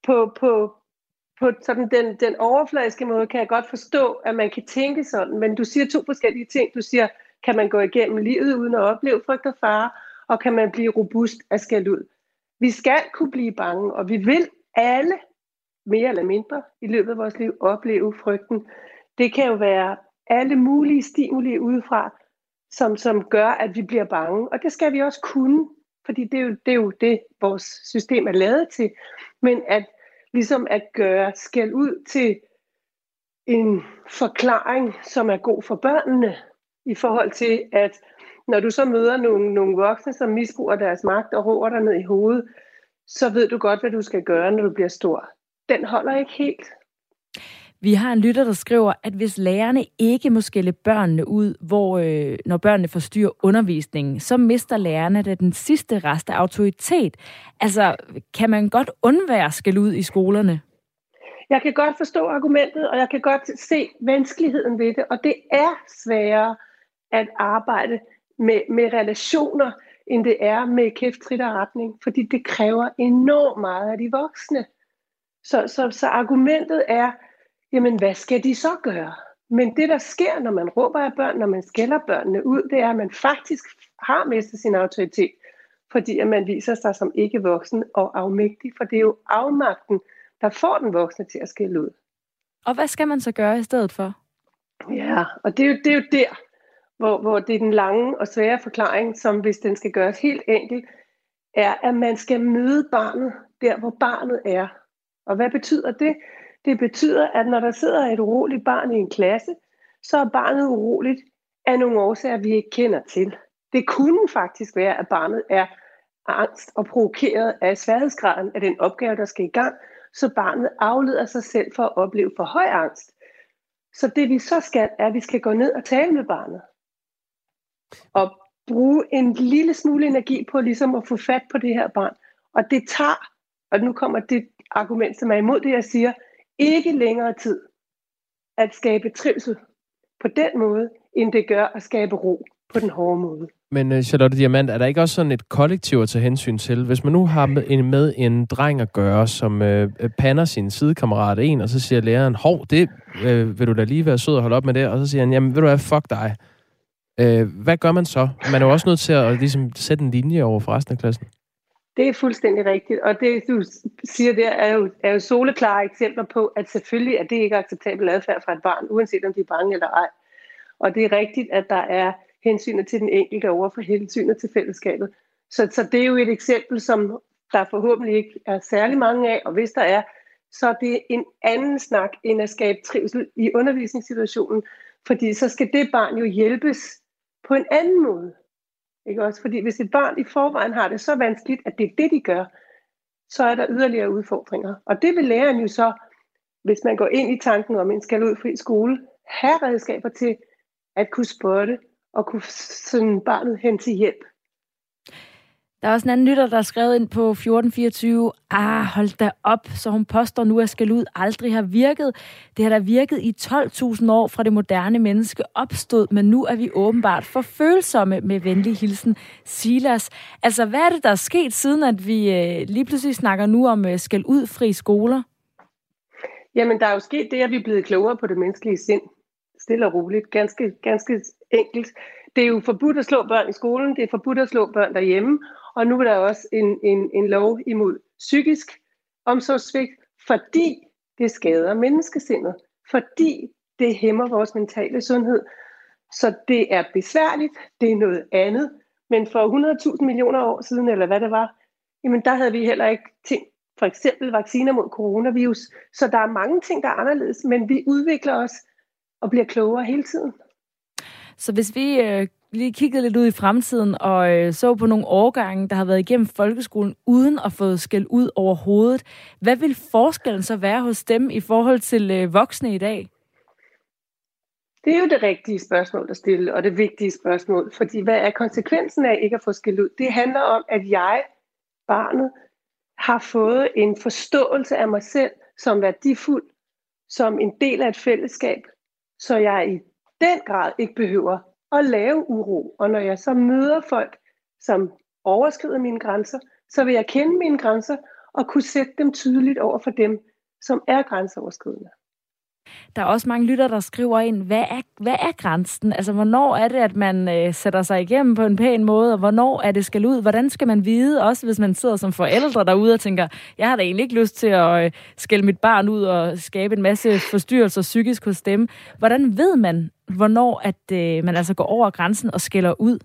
på sådan den overfladiske måde kan jeg godt forstå, at man kan tænke sådan, men du siger to forskellige ting. Du siger, kan man gå igennem livet uden at opleve frygt og fare, og kan man blive robust af skældud? Vi skal kunne blive bange, og vi vil alle, mere eller mindre, i løbet af vores liv opleve frygten. Det kan jo være alle mulige stimuli udefra, som gør, at vi bliver bange, og det skal vi også kunne, fordi det er jo det, vores system er lavet til. Men ligesom at gøre skæld ud til en forklaring, som er god for børnene, i forhold til, at når du så møder nogle voksne, som misbruger deres magt og råber dig ned i hovedet, så ved du godt, hvad du skal gøre, når du bliver stor. Den holder ikke helt. Vi har en lytter, der skriver, at hvis lærerne ikke må skælde børnene ud, når børnene forstyrrer undervisningen, så mister lærerne den sidste rest af autoritet. Altså, kan man godt undvære skæld ud i skolerne? Jeg kan godt forstå argumentet, og jeg kan godt se vanskeligheden ved det, og det er sværere at arbejde med relationer, end det er med kæft, trit og retning. Fordi det kræver enormt meget af de voksne. Så argumentet er, jamen hvad skal de så gøre? Men det, der sker, når man råber af børn, når man skælder børnene ud, det er, at man faktisk har mistet sin autoritet, fordi at man viser sig som ikke voksen og afmægtig, for det er jo afmagten, der får den voksne til at skælde ud. Og hvad skal man så gøre i stedet for? Ja, og det er jo der, hvor det er den lange og svære forklaring, som hvis den skal gøres helt enkelt, er, at man skal møde barnet der, hvor barnet er. Og hvad betyder det? Det betyder, at når der sidder et uroligt barn i en klasse, så er barnet uroligt af nogle årsager, vi ikke kender til. Det kunne faktisk være, at barnet er angst og provokeret af sværhedsgraden af den opgave, der skal i gang, så barnet afleder sig selv for at opleve for høj angst. Så det vi så skal, er, at vi skal gå ned og tale med barnet. Og bruge en lille smule energi på ligesom at få fat på det her barn. Og det tager, og nu kommer det argument, som er imod det, jeg siger, ikke længere tid at skabe trivsel på den måde, end det gør at skabe ro på den hårde måde. Men Charlotte Diamant, er der ikke også sådan et kollektiv at tage hensyn til? Hvis man nu har med en dreng at gøre, som pander sin sidekammerat en, og så siger læreren, hov, det vil du da lige være sød og holde op med det, og så siger han, jamen ved du hvad, fuck dig. Hvad gør man så? Man er jo også nødt til at ligesom sætte en linje over for resten af klassen. Det er fuldstændig rigtigt, og det du siger der er jo soleklare eksempler på, at selvfølgelig er det ikke acceptabel adfærd fra et barn, uanset om de er bange eller ej. Og det er rigtigt, at der er hensynet til den enkelte over for hensynet til fællesskabet. Så det er jo et eksempel, som der forhåbentlig ikke er særlig mange af, og hvis der er, så er det en anden snak end at skabe trivsel i undervisningssituationen, fordi så skal det barn jo hjælpes på en anden måde. Ikke også? Fordi hvis et barn i forvejen har det så vanskeligt, at det er det, de gør, så er der yderligere udfordringer. Og det vil læreren jo så, hvis man går ind i tanken om en skal ud fri skole, have redskaber til at kunne spotte og kunne sende barnet hen til hjælp. Der er også en anden lytter, der har skrevet ind på 1424. Hold da op, så hun påstår nu, at skæld ud aldrig har virket. Det har da virket i 12.000 år fra det moderne menneske opstod, men nu er vi åbenbart for følsomme med venlig hilsen Silas. Altså, hvad er det, der er sket siden, at vi lige pludselig snakker nu om skæld ud fri skoler? Jamen, der er jo sket det, at vi er blevet klogere på det menneskelige sind. Stille og roligt. Ganske enkelt. Det er jo forbudt at slå børn i skolen, det er forbudt at slå børn derhjemme, og nu er der også en lov imod psykisk omsorgssvigt, fordi det skader menneskesindet, fordi det hæmmer vores mentale sundhed. Så det er besværligt, det er noget andet, men for 100.000 millioner år siden, eller hvad det var, jamen der havde vi heller ikke tænkt, for eksempel vacciner mod coronavirus, så der er mange ting, der er anderledes, men vi udvikler os og bliver klogere hele tiden. Så hvis vi lige kiggede lidt ud i fremtiden og så på nogle årgange, der har været igennem folkeskolen uden at få skæld ud over hovedet, hvad vil forskellen så være hos dem i forhold til voksne i dag? Det er jo det rigtige spørgsmål at stille, og det vigtige spørgsmål. Fordi hvad er konsekvensen af ikke at få skæld ud? Det handler om, at barnet, har fået en forståelse af mig selv som værdifuld, som en del af et fællesskab, så jeg i den grad ikke behøver at lave uro. Og når jeg så møder folk, som overskrider mine grænser, så vil jeg kende mine grænser og kunne sætte dem tydeligt over for dem, som er grænseoverskridende. Der er også mange lytter, der skriver ind, hvad er grænsen? Altså, hvornår er det, at man sætter sig igennem på en pæn måde, og hvornår er det skal ud? Hvordan skal man vide, også hvis man sidder som forældre derude og tænker, jeg har da egentlig ikke lyst til at skælde mit barn ud og skabe en masse forstyrrelser psykisk hos dem. Hvordan ved man, hvornår at man altså går over grænsen og skælder ud?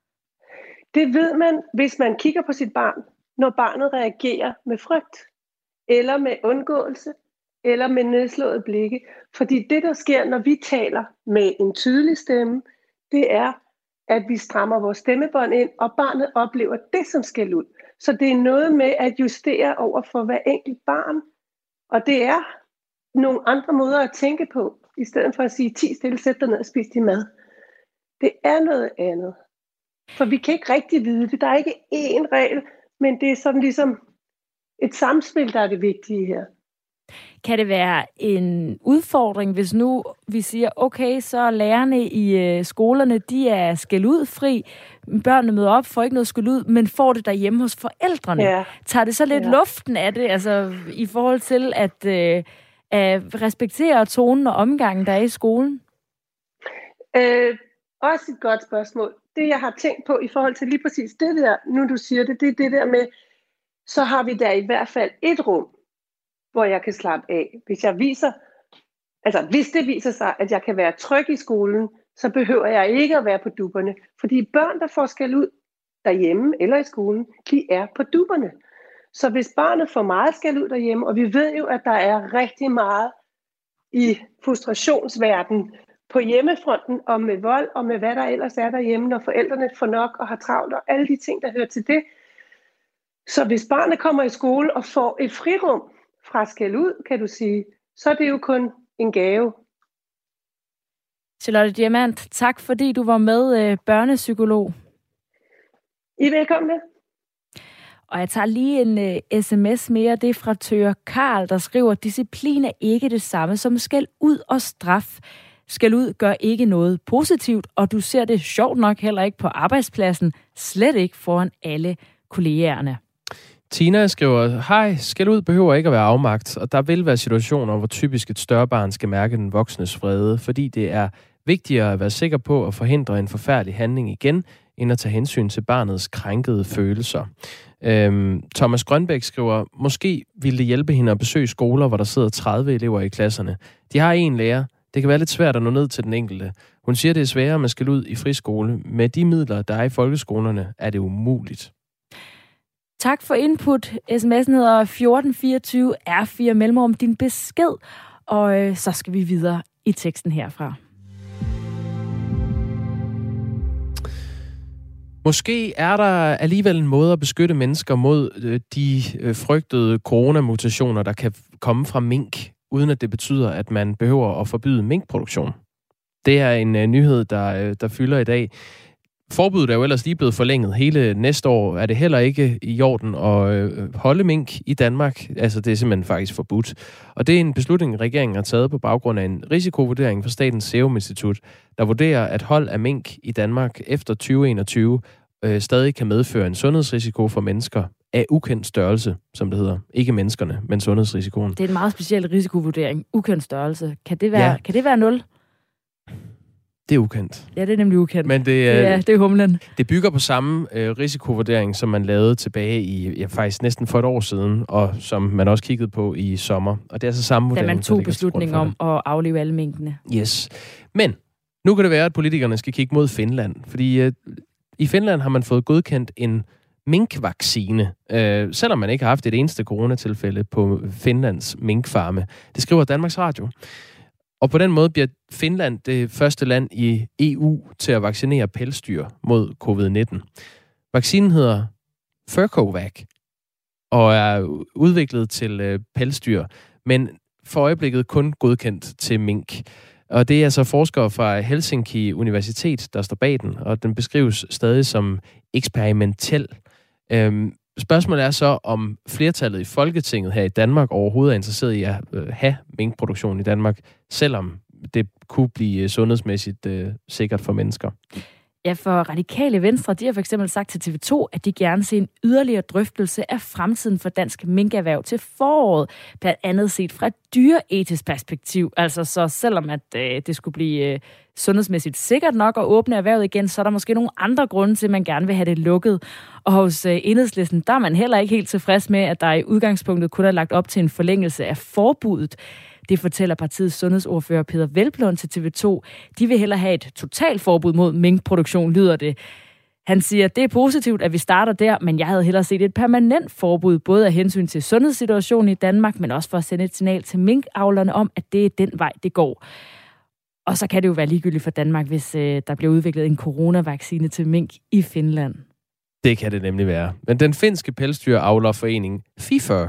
Det ved man, hvis man kigger på sit barn, når barnet reagerer med frygt, eller med undgåelse, eller med nedslået blikke. Fordi det, der sker, når vi taler med en tydelig stemme, det er, at vi strammer vores stemmebånd ind, og barnet oplever det som skæld ud. Så det er noget med at justere over for hver enkelt barn. Og det er nogle andre måder at tænke på, i stedet for at sige, 10 stille, sæt dig ned og spis din mad. Det er noget andet. For vi kan ikke rigtig vide det. Der er ikke én regel, men det er sådan ligesom et samspil, der er det vigtige her. Kan det være en udfordring, hvis nu vi siger, okay, så lærerne i skolerne, de er skældudfri, børnene møder op, får ikke noget skældud, men får det derhjemme hos forældrene. Ja. Tager det så lidt luften af det, altså i forhold til at respektere tonen og omgangen, der er i skolen? Også et godt spørgsmål. Det, jeg har tænkt på i forhold til lige præcis det der, nu du siger det, det er det der med, så har vi der i hvert fald et rum, hvor jeg kan slappe af. Hvis det viser sig, at jeg kan være tryg i skolen, så behøver jeg ikke at være på dupperne. Fordi børn, der får skæld ud derhjemme eller i skolen, de er på dupperne. Så hvis barnet får meget skæld ud derhjemme, og vi ved jo, at der er rigtig meget i frustrationsverdenen på hjemmefronten, og med vold, og med hvad der ellers er derhjemme, når forældrene får nok og har travlt, og alle de ting, der hører til det. Så hvis barnet kommer i skole og får et frirum fra skæld ud, kan du sige, så er det jo kun en gave. Charlotte Diamant, tak fordi du var med, børnepsykolog. I er velkomne. Og jeg tager lige en sms mere. Det er fra Tøre Karl, der skriver, disciplin er ikke det samme som skæld ud og straf. Skæld ud gør ikke noget positivt, og du ser det sjovt nok heller ikke på arbejdspladsen, slet ikke foran alle kollegaerne. Tina skriver, hej, skæld ud behøver ikke at være afmagt, og der vil være situationer, hvor typisk et større barn skal mærke den voksnes vrede, fordi det er vigtigere at være sikker på at forhindre en forfærdelig handling igen, end at tage hensyn til barnets krænkede følelser. Thomas Grønbæk skriver, måske ville det hjælpe hende at besøge skoler, hvor der sidder 30 elever i klasserne. De har en lærer. Det kan være lidt svært at nå ned til den enkelte. Hun siger, det er sværere, at man skal ud i friskole. Med de midler, der er i folkeskolerne, er det umuligt. Tak for input. SMS'en hedder 1424 R4 mellemrum din besked. Og så skal vi videre i teksten herfra. Måske er der alligevel en måde at beskytte mennesker mod de frygtede coronamutationer, der kan komme fra mink, uden at det betyder, at man behøver at forbyde minkproduktion. Det er en nyhed, der fylder i dag. Forbuddet er jo ellers lige blevet forlænget. Hele næste år er det heller ikke i orden at holde mink i Danmark. Altså, det er simpelthen faktisk forbudt. Og det er en beslutning, regeringen har taget på baggrund af en risikovurdering fra Statens Serum Institut, der vurderer, at hold af mink i Danmark efter 2021 stadig kan medføre en sundhedsrisiko for mennesker af ukendt størrelse, som det hedder. Ikke menneskerne, men sundhedsrisikoen. Det er en meget speciel risikovurdering. Ukendt størrelse. Kan det være 0? Det er ukendt. Ja, det er nemlig ukendt. Men det er humlen. Det bygger på samme risikovurdering, som man lavede tilbage i faktisk næsten for et år siden, og som man også kiggede på i sommer. Og det er altså samme vurdering. Da man tog beslutningen om at aflive alle minkene. Yes. Men nu kan det være, at politikerne skal kigge mod Finland, fordi i Finland har man fået godkendt en minkvaccine, selvom man ikke har haft et eneste coronatilfælde på Finlands minkfarme. Det skriver Danmarks Radio. Og på den måde bliver Finland det første land i EU til at vaccinere pelsdyr mod covid-19. Vaccinen hedder Furcovac og er udviklet til pelsdyr, men for øjeblikket kun godkendt til mink. Og det er altså forskere fra Helsinki Universitet, der står bag den, og den beskrives stadig som eksperimentel. Spørgsmålet er så, om flertallet i Folketinget her i Danmark overhovedet er interesseret i at have minkproduktion i Danmark, selvom det kunne blive sundhedsmæssigt sikkert for mennesker. Ja, for Radikale Venstre, de har for eksempel sagt til TV2, at de gerne ser en yderligere drøftelse af fremtiden for dansk minkerhverv til foråret, blandt andet set fra et dyreetisk perspektiv. Altså så selvom at det skulle blive sundhedsmæssigt sikkert nok at åbne erhvervet igen, så er der måske nogle andre grunde til, at man gerne vil have det lukket. Og hos Enhedslisten, der er man heller ikke helt tilfreds med, at der i udgangspunktet kun er lagt op til en forlængelse af forbuddet. Det fortæller partiets sundhedsordfører Peder Hvelplund til TV2. De vil hellere have et totalt forbud mod minkproduktion, lyder det. Han siger, at det er positivt, at vi starter der, men jeg havde hellere set et permanent forbud, både af hensyn til sundhedssituationen i Danmark, men også for at sende et signal til minkavlerne om, at det er den vej, det går. Og så kan det jo være ligegyldigt for Danmark, hvis der bliver udviklet en coronavaccine til mink i Finland. Det kan det nemlig være. Men den finske pelsdyravlerforening FIFUR,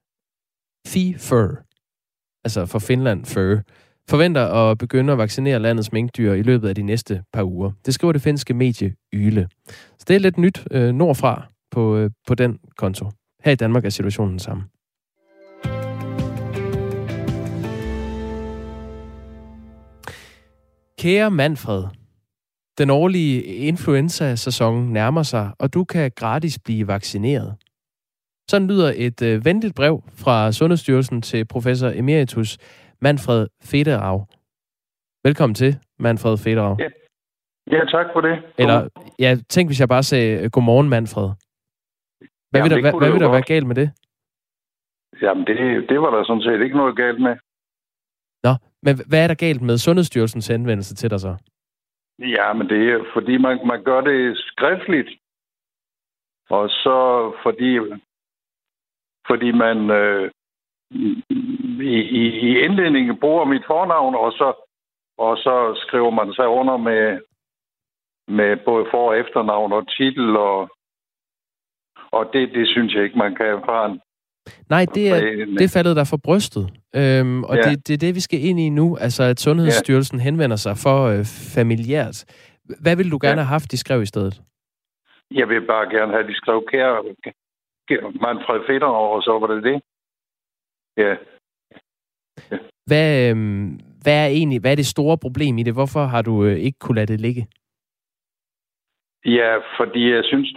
altså for Finland Fur, forventer at begynde at vaccinere landets minkdyr i løbet af de næste par uger. Det skriver det finske medie Yle. Så det er lidt nyt nordfra på den konto. Her i Danmark er situationen den samme. Kære Manfred, den årlige influenza-sæson nærmer sig, og du kan gratis blive vaccineret. Sådan lyder et venligt brev fra Sundhedsstyrelsen til professor emeritus Manfred Federau. Velkommen til, Manfred Federau. Ja, tak for det. Eller, tænk hvis jeg bare sagde, godmorgen, Manfred. Hvad vil der være galt med det? Jamen, det var der sådan set ikke noget galt med. Nå, men hvad er der galt med Sundhedsstyrelsens henvendelse til dig så? Ja, men det er fordi, man gør det skriftligt. Og så fordi man i indledningen bruger mit fornavn, og så skriver man sig under med både for- og efternavn og titel, og det synes jeg ikke, man kan fra en... Nej, det er faldet der for brystet. Og det er det, vi skal ind i nu. Altså, at Sundhedsstyrelsen henvender sig for familiært. Hvad ville du gerne have haft, de skrev i stedet? Jeg vil bare gerne have, de skrev kære Manfred Federau, og så var det. Ja. Hvad er det store problem i det? Hvorfor har du ikke kunne lade det ligge? Ja, fordi jeg synes,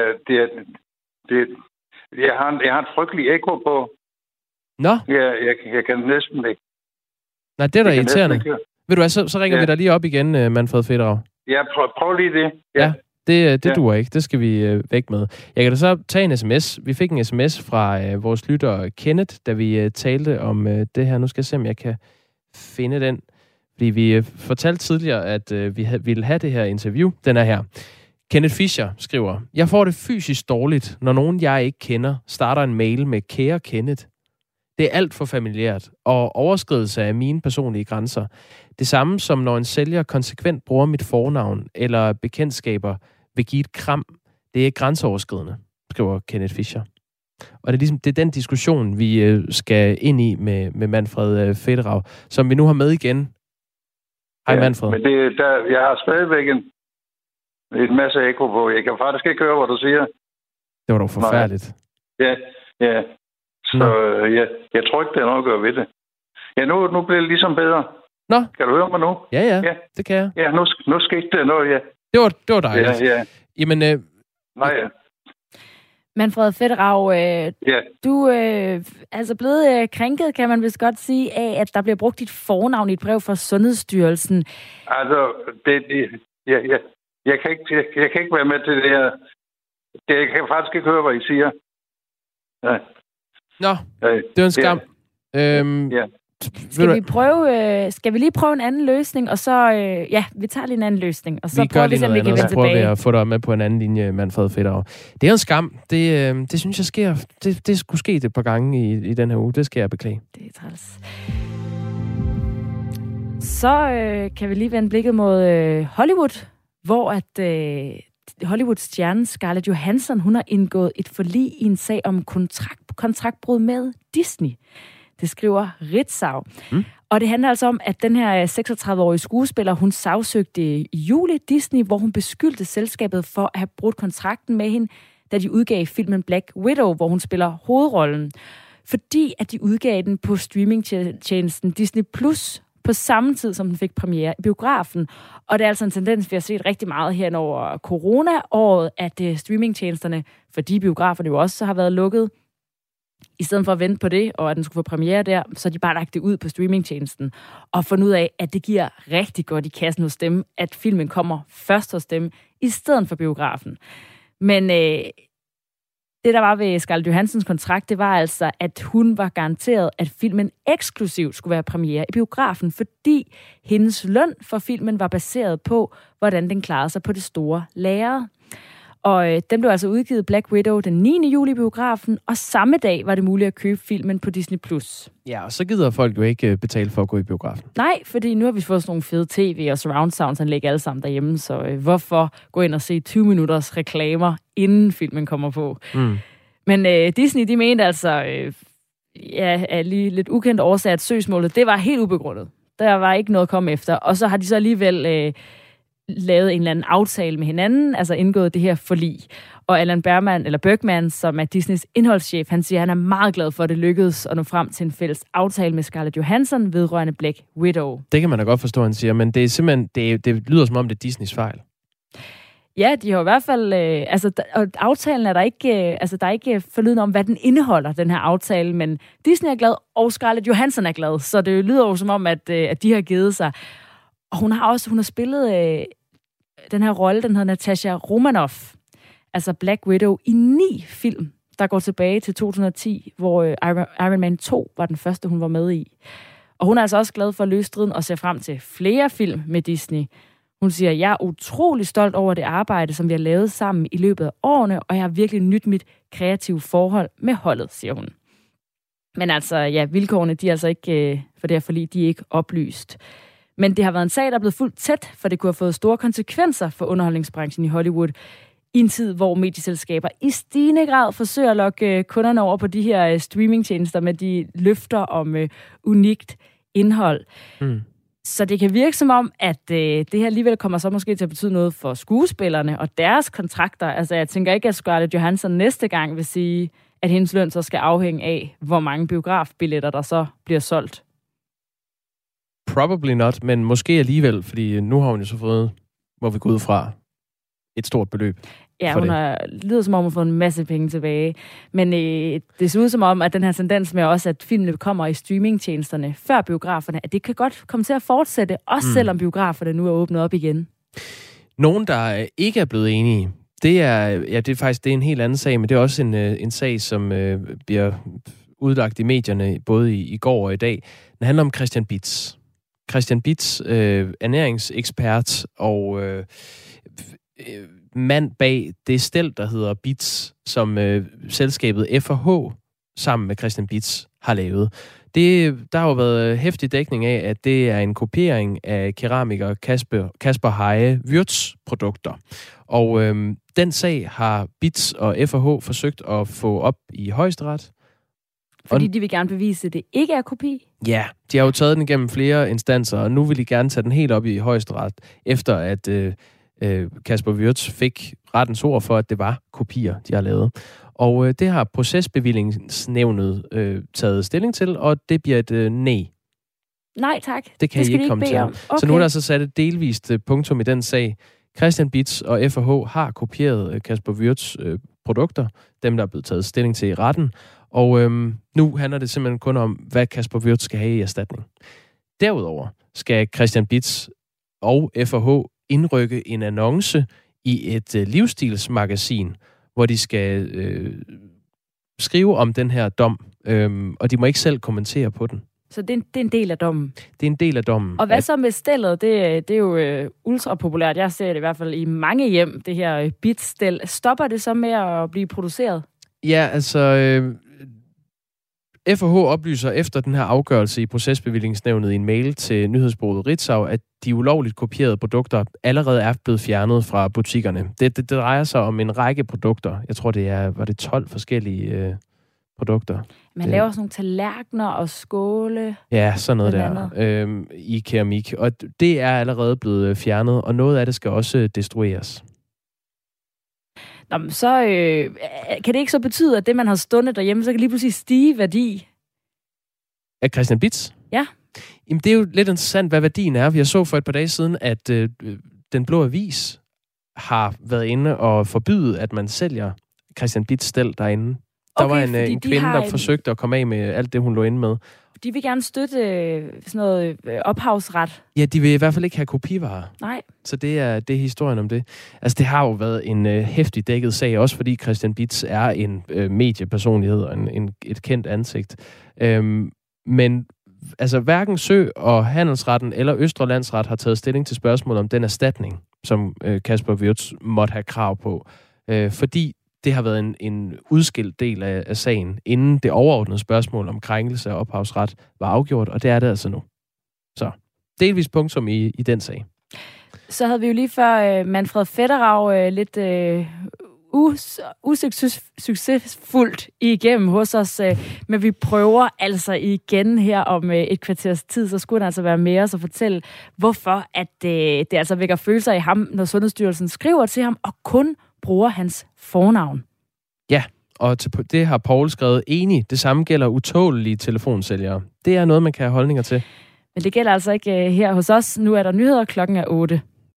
jeg har en frygtelig ekko på. Nå? Jeg kan næsten ikke. Nej, det er da irriterende. Ved du hvad, så ringer vi dig lige op igen, Manfred Federau. Ja, prøv lige det. Ja, det duer ikke. Det skal vi væk med. Jeg kan da så tage en sms. Vi fik en sms fra vores lytter Kenneth, da vi talte om det her. Nu skal jeg se, om jeg kan finde den. Fordi vi fortalte tidligere, at vi ville have det her interview. Den er her. Kenneth Fischer skriver, jeg får det fysisk dårligt, når nogen, jeg ikke kender, starter en mail med kære Kenneth. Det er alt for familiært, og overskridelse af mine personlige grænser. Det samme som når en sælger konsekvent bruger mit fornavn eller bekendtskaber vil give et kram. Det er grænseoverskridende, skriver Kenneth Fischer. Og det er den diskussion, vi skal ind i med Manfred Federau, som vi nu har med igen. Hej Manfred. Men jeg har stadigvæk en masse ekko på. Jeg kan faktisk ikke høre, hvad du siger. Det var dog forfærdeligt. Ja. Så jeg tror ikke, det er noget at gøre ved det. Ja, nu bliver det ligesom bedre. Nå. Kan du høre mig nu? Ja, det kan jeg. Ja, nu skete det noget, ja. Det var dejligt. Ja. Jamen, Manfred Federau, du er altså blevet krænket, kan man vist godt sige, af, at der bliver brugt dit fornavn i et brev fra Sundhedsstyrelsen. Altså, jeg kan ikke være med til det her. Jeg kan faktisk ikke høre, hvad I siger. Ja. Nå, det er en skam. Skal vi lige prøve en anden løsning, og så, vi tager lige en anden løsning, og så prøver vi se, om vi kan vende tilbage. Vi at få dig med på en anden linje, Manfred Federau. Det er en skam. Det synes jeg sker. Det skulle ske et par gange i den her uge. Det skal jeg beklage. Det er træls. Så kan vi lige vende blikket mod Hollywood, hvor Hollywood-stjernen Scarlett Johansson, hun har indgået et forlig i en sag om kontraktbrud med Disney. Det skriver Ritzau. Og det handler altså om, at den her 36-årige skuespiller, hun sagsøgte i juli Disney, hvor hun beskyldte selskabet for at have brudt kontrakten med hende, da de udgav filmen Black Widow, hvor hun spiller hovedrollen. Fordi at de udgav den på streamingtjenesten Disney Plus på samme tid, som den fik premiere i biografen. Og det er altså en tendens, vi har set rigtig meget her over corona-året, at streamingtjenesterne, fordi biograferne jo også har været lukket, i stedet for at vente på det, og at den skulle få premiere der, så de bare lagt det ud på streamingtjenesten, og fundet ud af, at det giver rigtig godt i kassen hos dem, at filmen kommer først hos dem, i stedet for biografen. Men det, der var ved Scarlett Johanssons kontrakt, det var altså, at hun var garanteret, at filmen eksklusivt skulle være premiere i biografen, fordi hendes løn for filmen var baseret på, hvordan den klarede sig på det store lærred. Og den blev altså udgivet Black Widow den 9. juli i biografen, og samme dag var det muligt at købe filmen på Disney+. Ja, og så gider folk jo ikke betale for at gå i biografen. Nej, fordi nu har vi fået sådan nogle fede tv- og surround sounds-anlæg alle sammen derhjemme, så hvorfor gå ind og se 20 minutters reklamer, inden filmen kommer på? Men Disney, de mente altså, af lige lidt ukendt årsag, at søgsmålet, det var helt ubegrundet. Der var ikke noget at komme efter. Og så har de så alligevel lavet en eller anden aftale med hinanden, altså indgået det her forlig. Og Alan Bergman, som er Disneys indholdschef, han siger, at han er meget glad for, at det lykkedes at nå frem til en fælles aftale med Scarlett Johansson vedrørende Black Widow. Det kan man da godt forstå, han siger, men det er simpelthen, det lyder som om, det er Disneys fejl. Ja, de har i hvert fald... og aftalen er der ikke... der er ikke forlydende om, hvad den indeholder, den her aftale, men Disney er glad, og Scarlett Johansson er glad, så det lyder jo som om, at de har givet sig. Og hun har spillet den her rolle, den hedder Natasha Romanoff, altså Black Widow, i 9 film, der går tilbage til 2010, hvor Iron Man 2 var den første, hun var med i. Og hun er altså også glad for at løse striden og ser frem til flere film med Disney. Hun siger, jeg er utrolig stolt over det arbejde, som vi har lavet sammen i løbet af årene, og jeg har virkelig nydt mit kreative forhold med holdet, siger hun. Men altså, ja, vilkårene, de er altså ikke, for det her forlig, de er ikke oplyst. Men det har været en sag, der er blevet fuldt tæt, for det kunne have fået store konsekvenser for underholdningsbranchen i Hollywood, i en tid, hvor medieselskaber i stigende grad forsøger at lokke kunderne over på de her streamingtjenester med de løfter om unikt indhold. Så det kan virke som om, at det her alligevel kommer så måske til at betyde noget for skuespillerne og deres kontrakter. Altså, jeg tænker ikke, at Scarlett Johansson næste gang vil sige, at hendes løn så skal afhænge af, hvor mange biografbilletter, der så bliver solgt. Probably not, men måske alligevel, fordi nu har hun jo så fået, hvor vi går ud fra, et stort beløb. Ja, hun lyder som om, hun har fået en masse penge tilbage. Men det ser ud som om, at den her tendens med også, at filmene kommer i streamingtjenesterne før biograferne, at det kan godt komme til at fortsætte, også selvom biograferne nu er åbnet op igen. Nogen, der ikke er blevet enige, det er en helt anden sag, men det er også en sag, som bliver udlagt i medierne, både i går og i dag. Den handler om Christian Bitz. Christian Bitz, ernæringsekspert og mand bag det stel, der hedder Bitz, som selskabet F&H sammen med Christian Bitz har lavet. Der har jo været heftig dækning af, at det er en kopiering af keramiker Kasper Heie Würz produkter. Og den sag har Bitz og F&H forsøgt at få op i Højesteret. Fordi de vil gerne bevise, at det ikke er kopi? Ja, de har jo taget den igennem flere instanser, og nu vil de gerne tage den helt op i Højesteret, efter at Kasper Würz fik rettens ord for, at det var kopier, de har lavet. Og det har procesbevillingsnævnet taget stilling til, og det bliver et nej. Nej, tak. Det kan I ikke komme til. Okay. Så nu er der så sat et delvist punktum i den sag. Christian Bitz og F&H har kopieret Kasper Würz produkter, dem der er blevet taget stilling til i retten. Og nu handler det simpelthen kun om, hvad Kasper Würz skal have i erstatning. Derudover skal Christian Bitz og F&H indrykke en annonce i et livsstilsmagasin, hvor de skal skrive om den her dom, og de må ikke selv kommentere på den. Så det er en del af dommen? Det er en del af dommen. Og hvad så med stellet? Det er jo ultra populært. Jeg ser det i hvert fald i mange hjem, det her Bitz-stel. Stopper det så med at blive produceret? Ja, altså... F&H oplyser efter den her afgørelse i procesbevillingsnævnet i en mail til nyhedsbureauet Ritzau, at de ulovligt kopierede produkter allerede er blevet fjernet fra butikkerne. Det drejer sig om en række produkter. Jeg tror, var det 12 forskellige produkter. Man laver sådan nogle tallerkener og skåle. Ja, sådan noget der i keramik. Og det er allerede blevet fjernet, og noget af det skal også destrueres. Nå, så kan det ikke så betyde, at det, man har stående derhjemme, så kan lige pludselig stige værdi? Af Christian Bitz? Ja. Jamen, det er jo lidt interessant, hvad værdien er. Vi så for et par dage siden, at Den Blå Avis har været inde og forbyde, at man sælger Christian Bitz-stel derinde. Der var en kvinde, der forsøgte at komme af med alt det, hun lå inde med. De vil gerne støtte sådan noget ophavsret. Ja, de vil i hvert fald ikke have kopivarer. Nej. Så det er historien om det. Altså, det har jo været en heftig dækket sag, også fordi Christian Bitz er en mediepersonlighed og et kendt ansigt. Men altså, hverken Sø- og Handelsretten eller Østre Landsret har taget stilling til spørgsmålet om den erstatning, som Kasper Würz måtte have krav på. Fordi det har været en udskilt del af sagen, inden det overordnede spørgsmål om krænkelse af ophavsret var afgjort, og det er det altså nu. Så delvis punktum i den sag. Så havde vi jo lige før Manfred Fetterau lidt usuccesfuldt igennem hos os, men vi prøver altså igen her om et kvarters tid, så skulle han altså være med os og fortælle, hvorfor at det altså vækker følelser i ham, når Sundhedsstyrelsen skriver til ham og kun bruger hans fornavn. Ja, og det har Poul skrevet enig. Det samme gælder utålelige telefonsælgere. Det er noget, man kan have holdninger til. Men det gælder altså ikke her hos os. Nu er der nyheder, klokken er 8.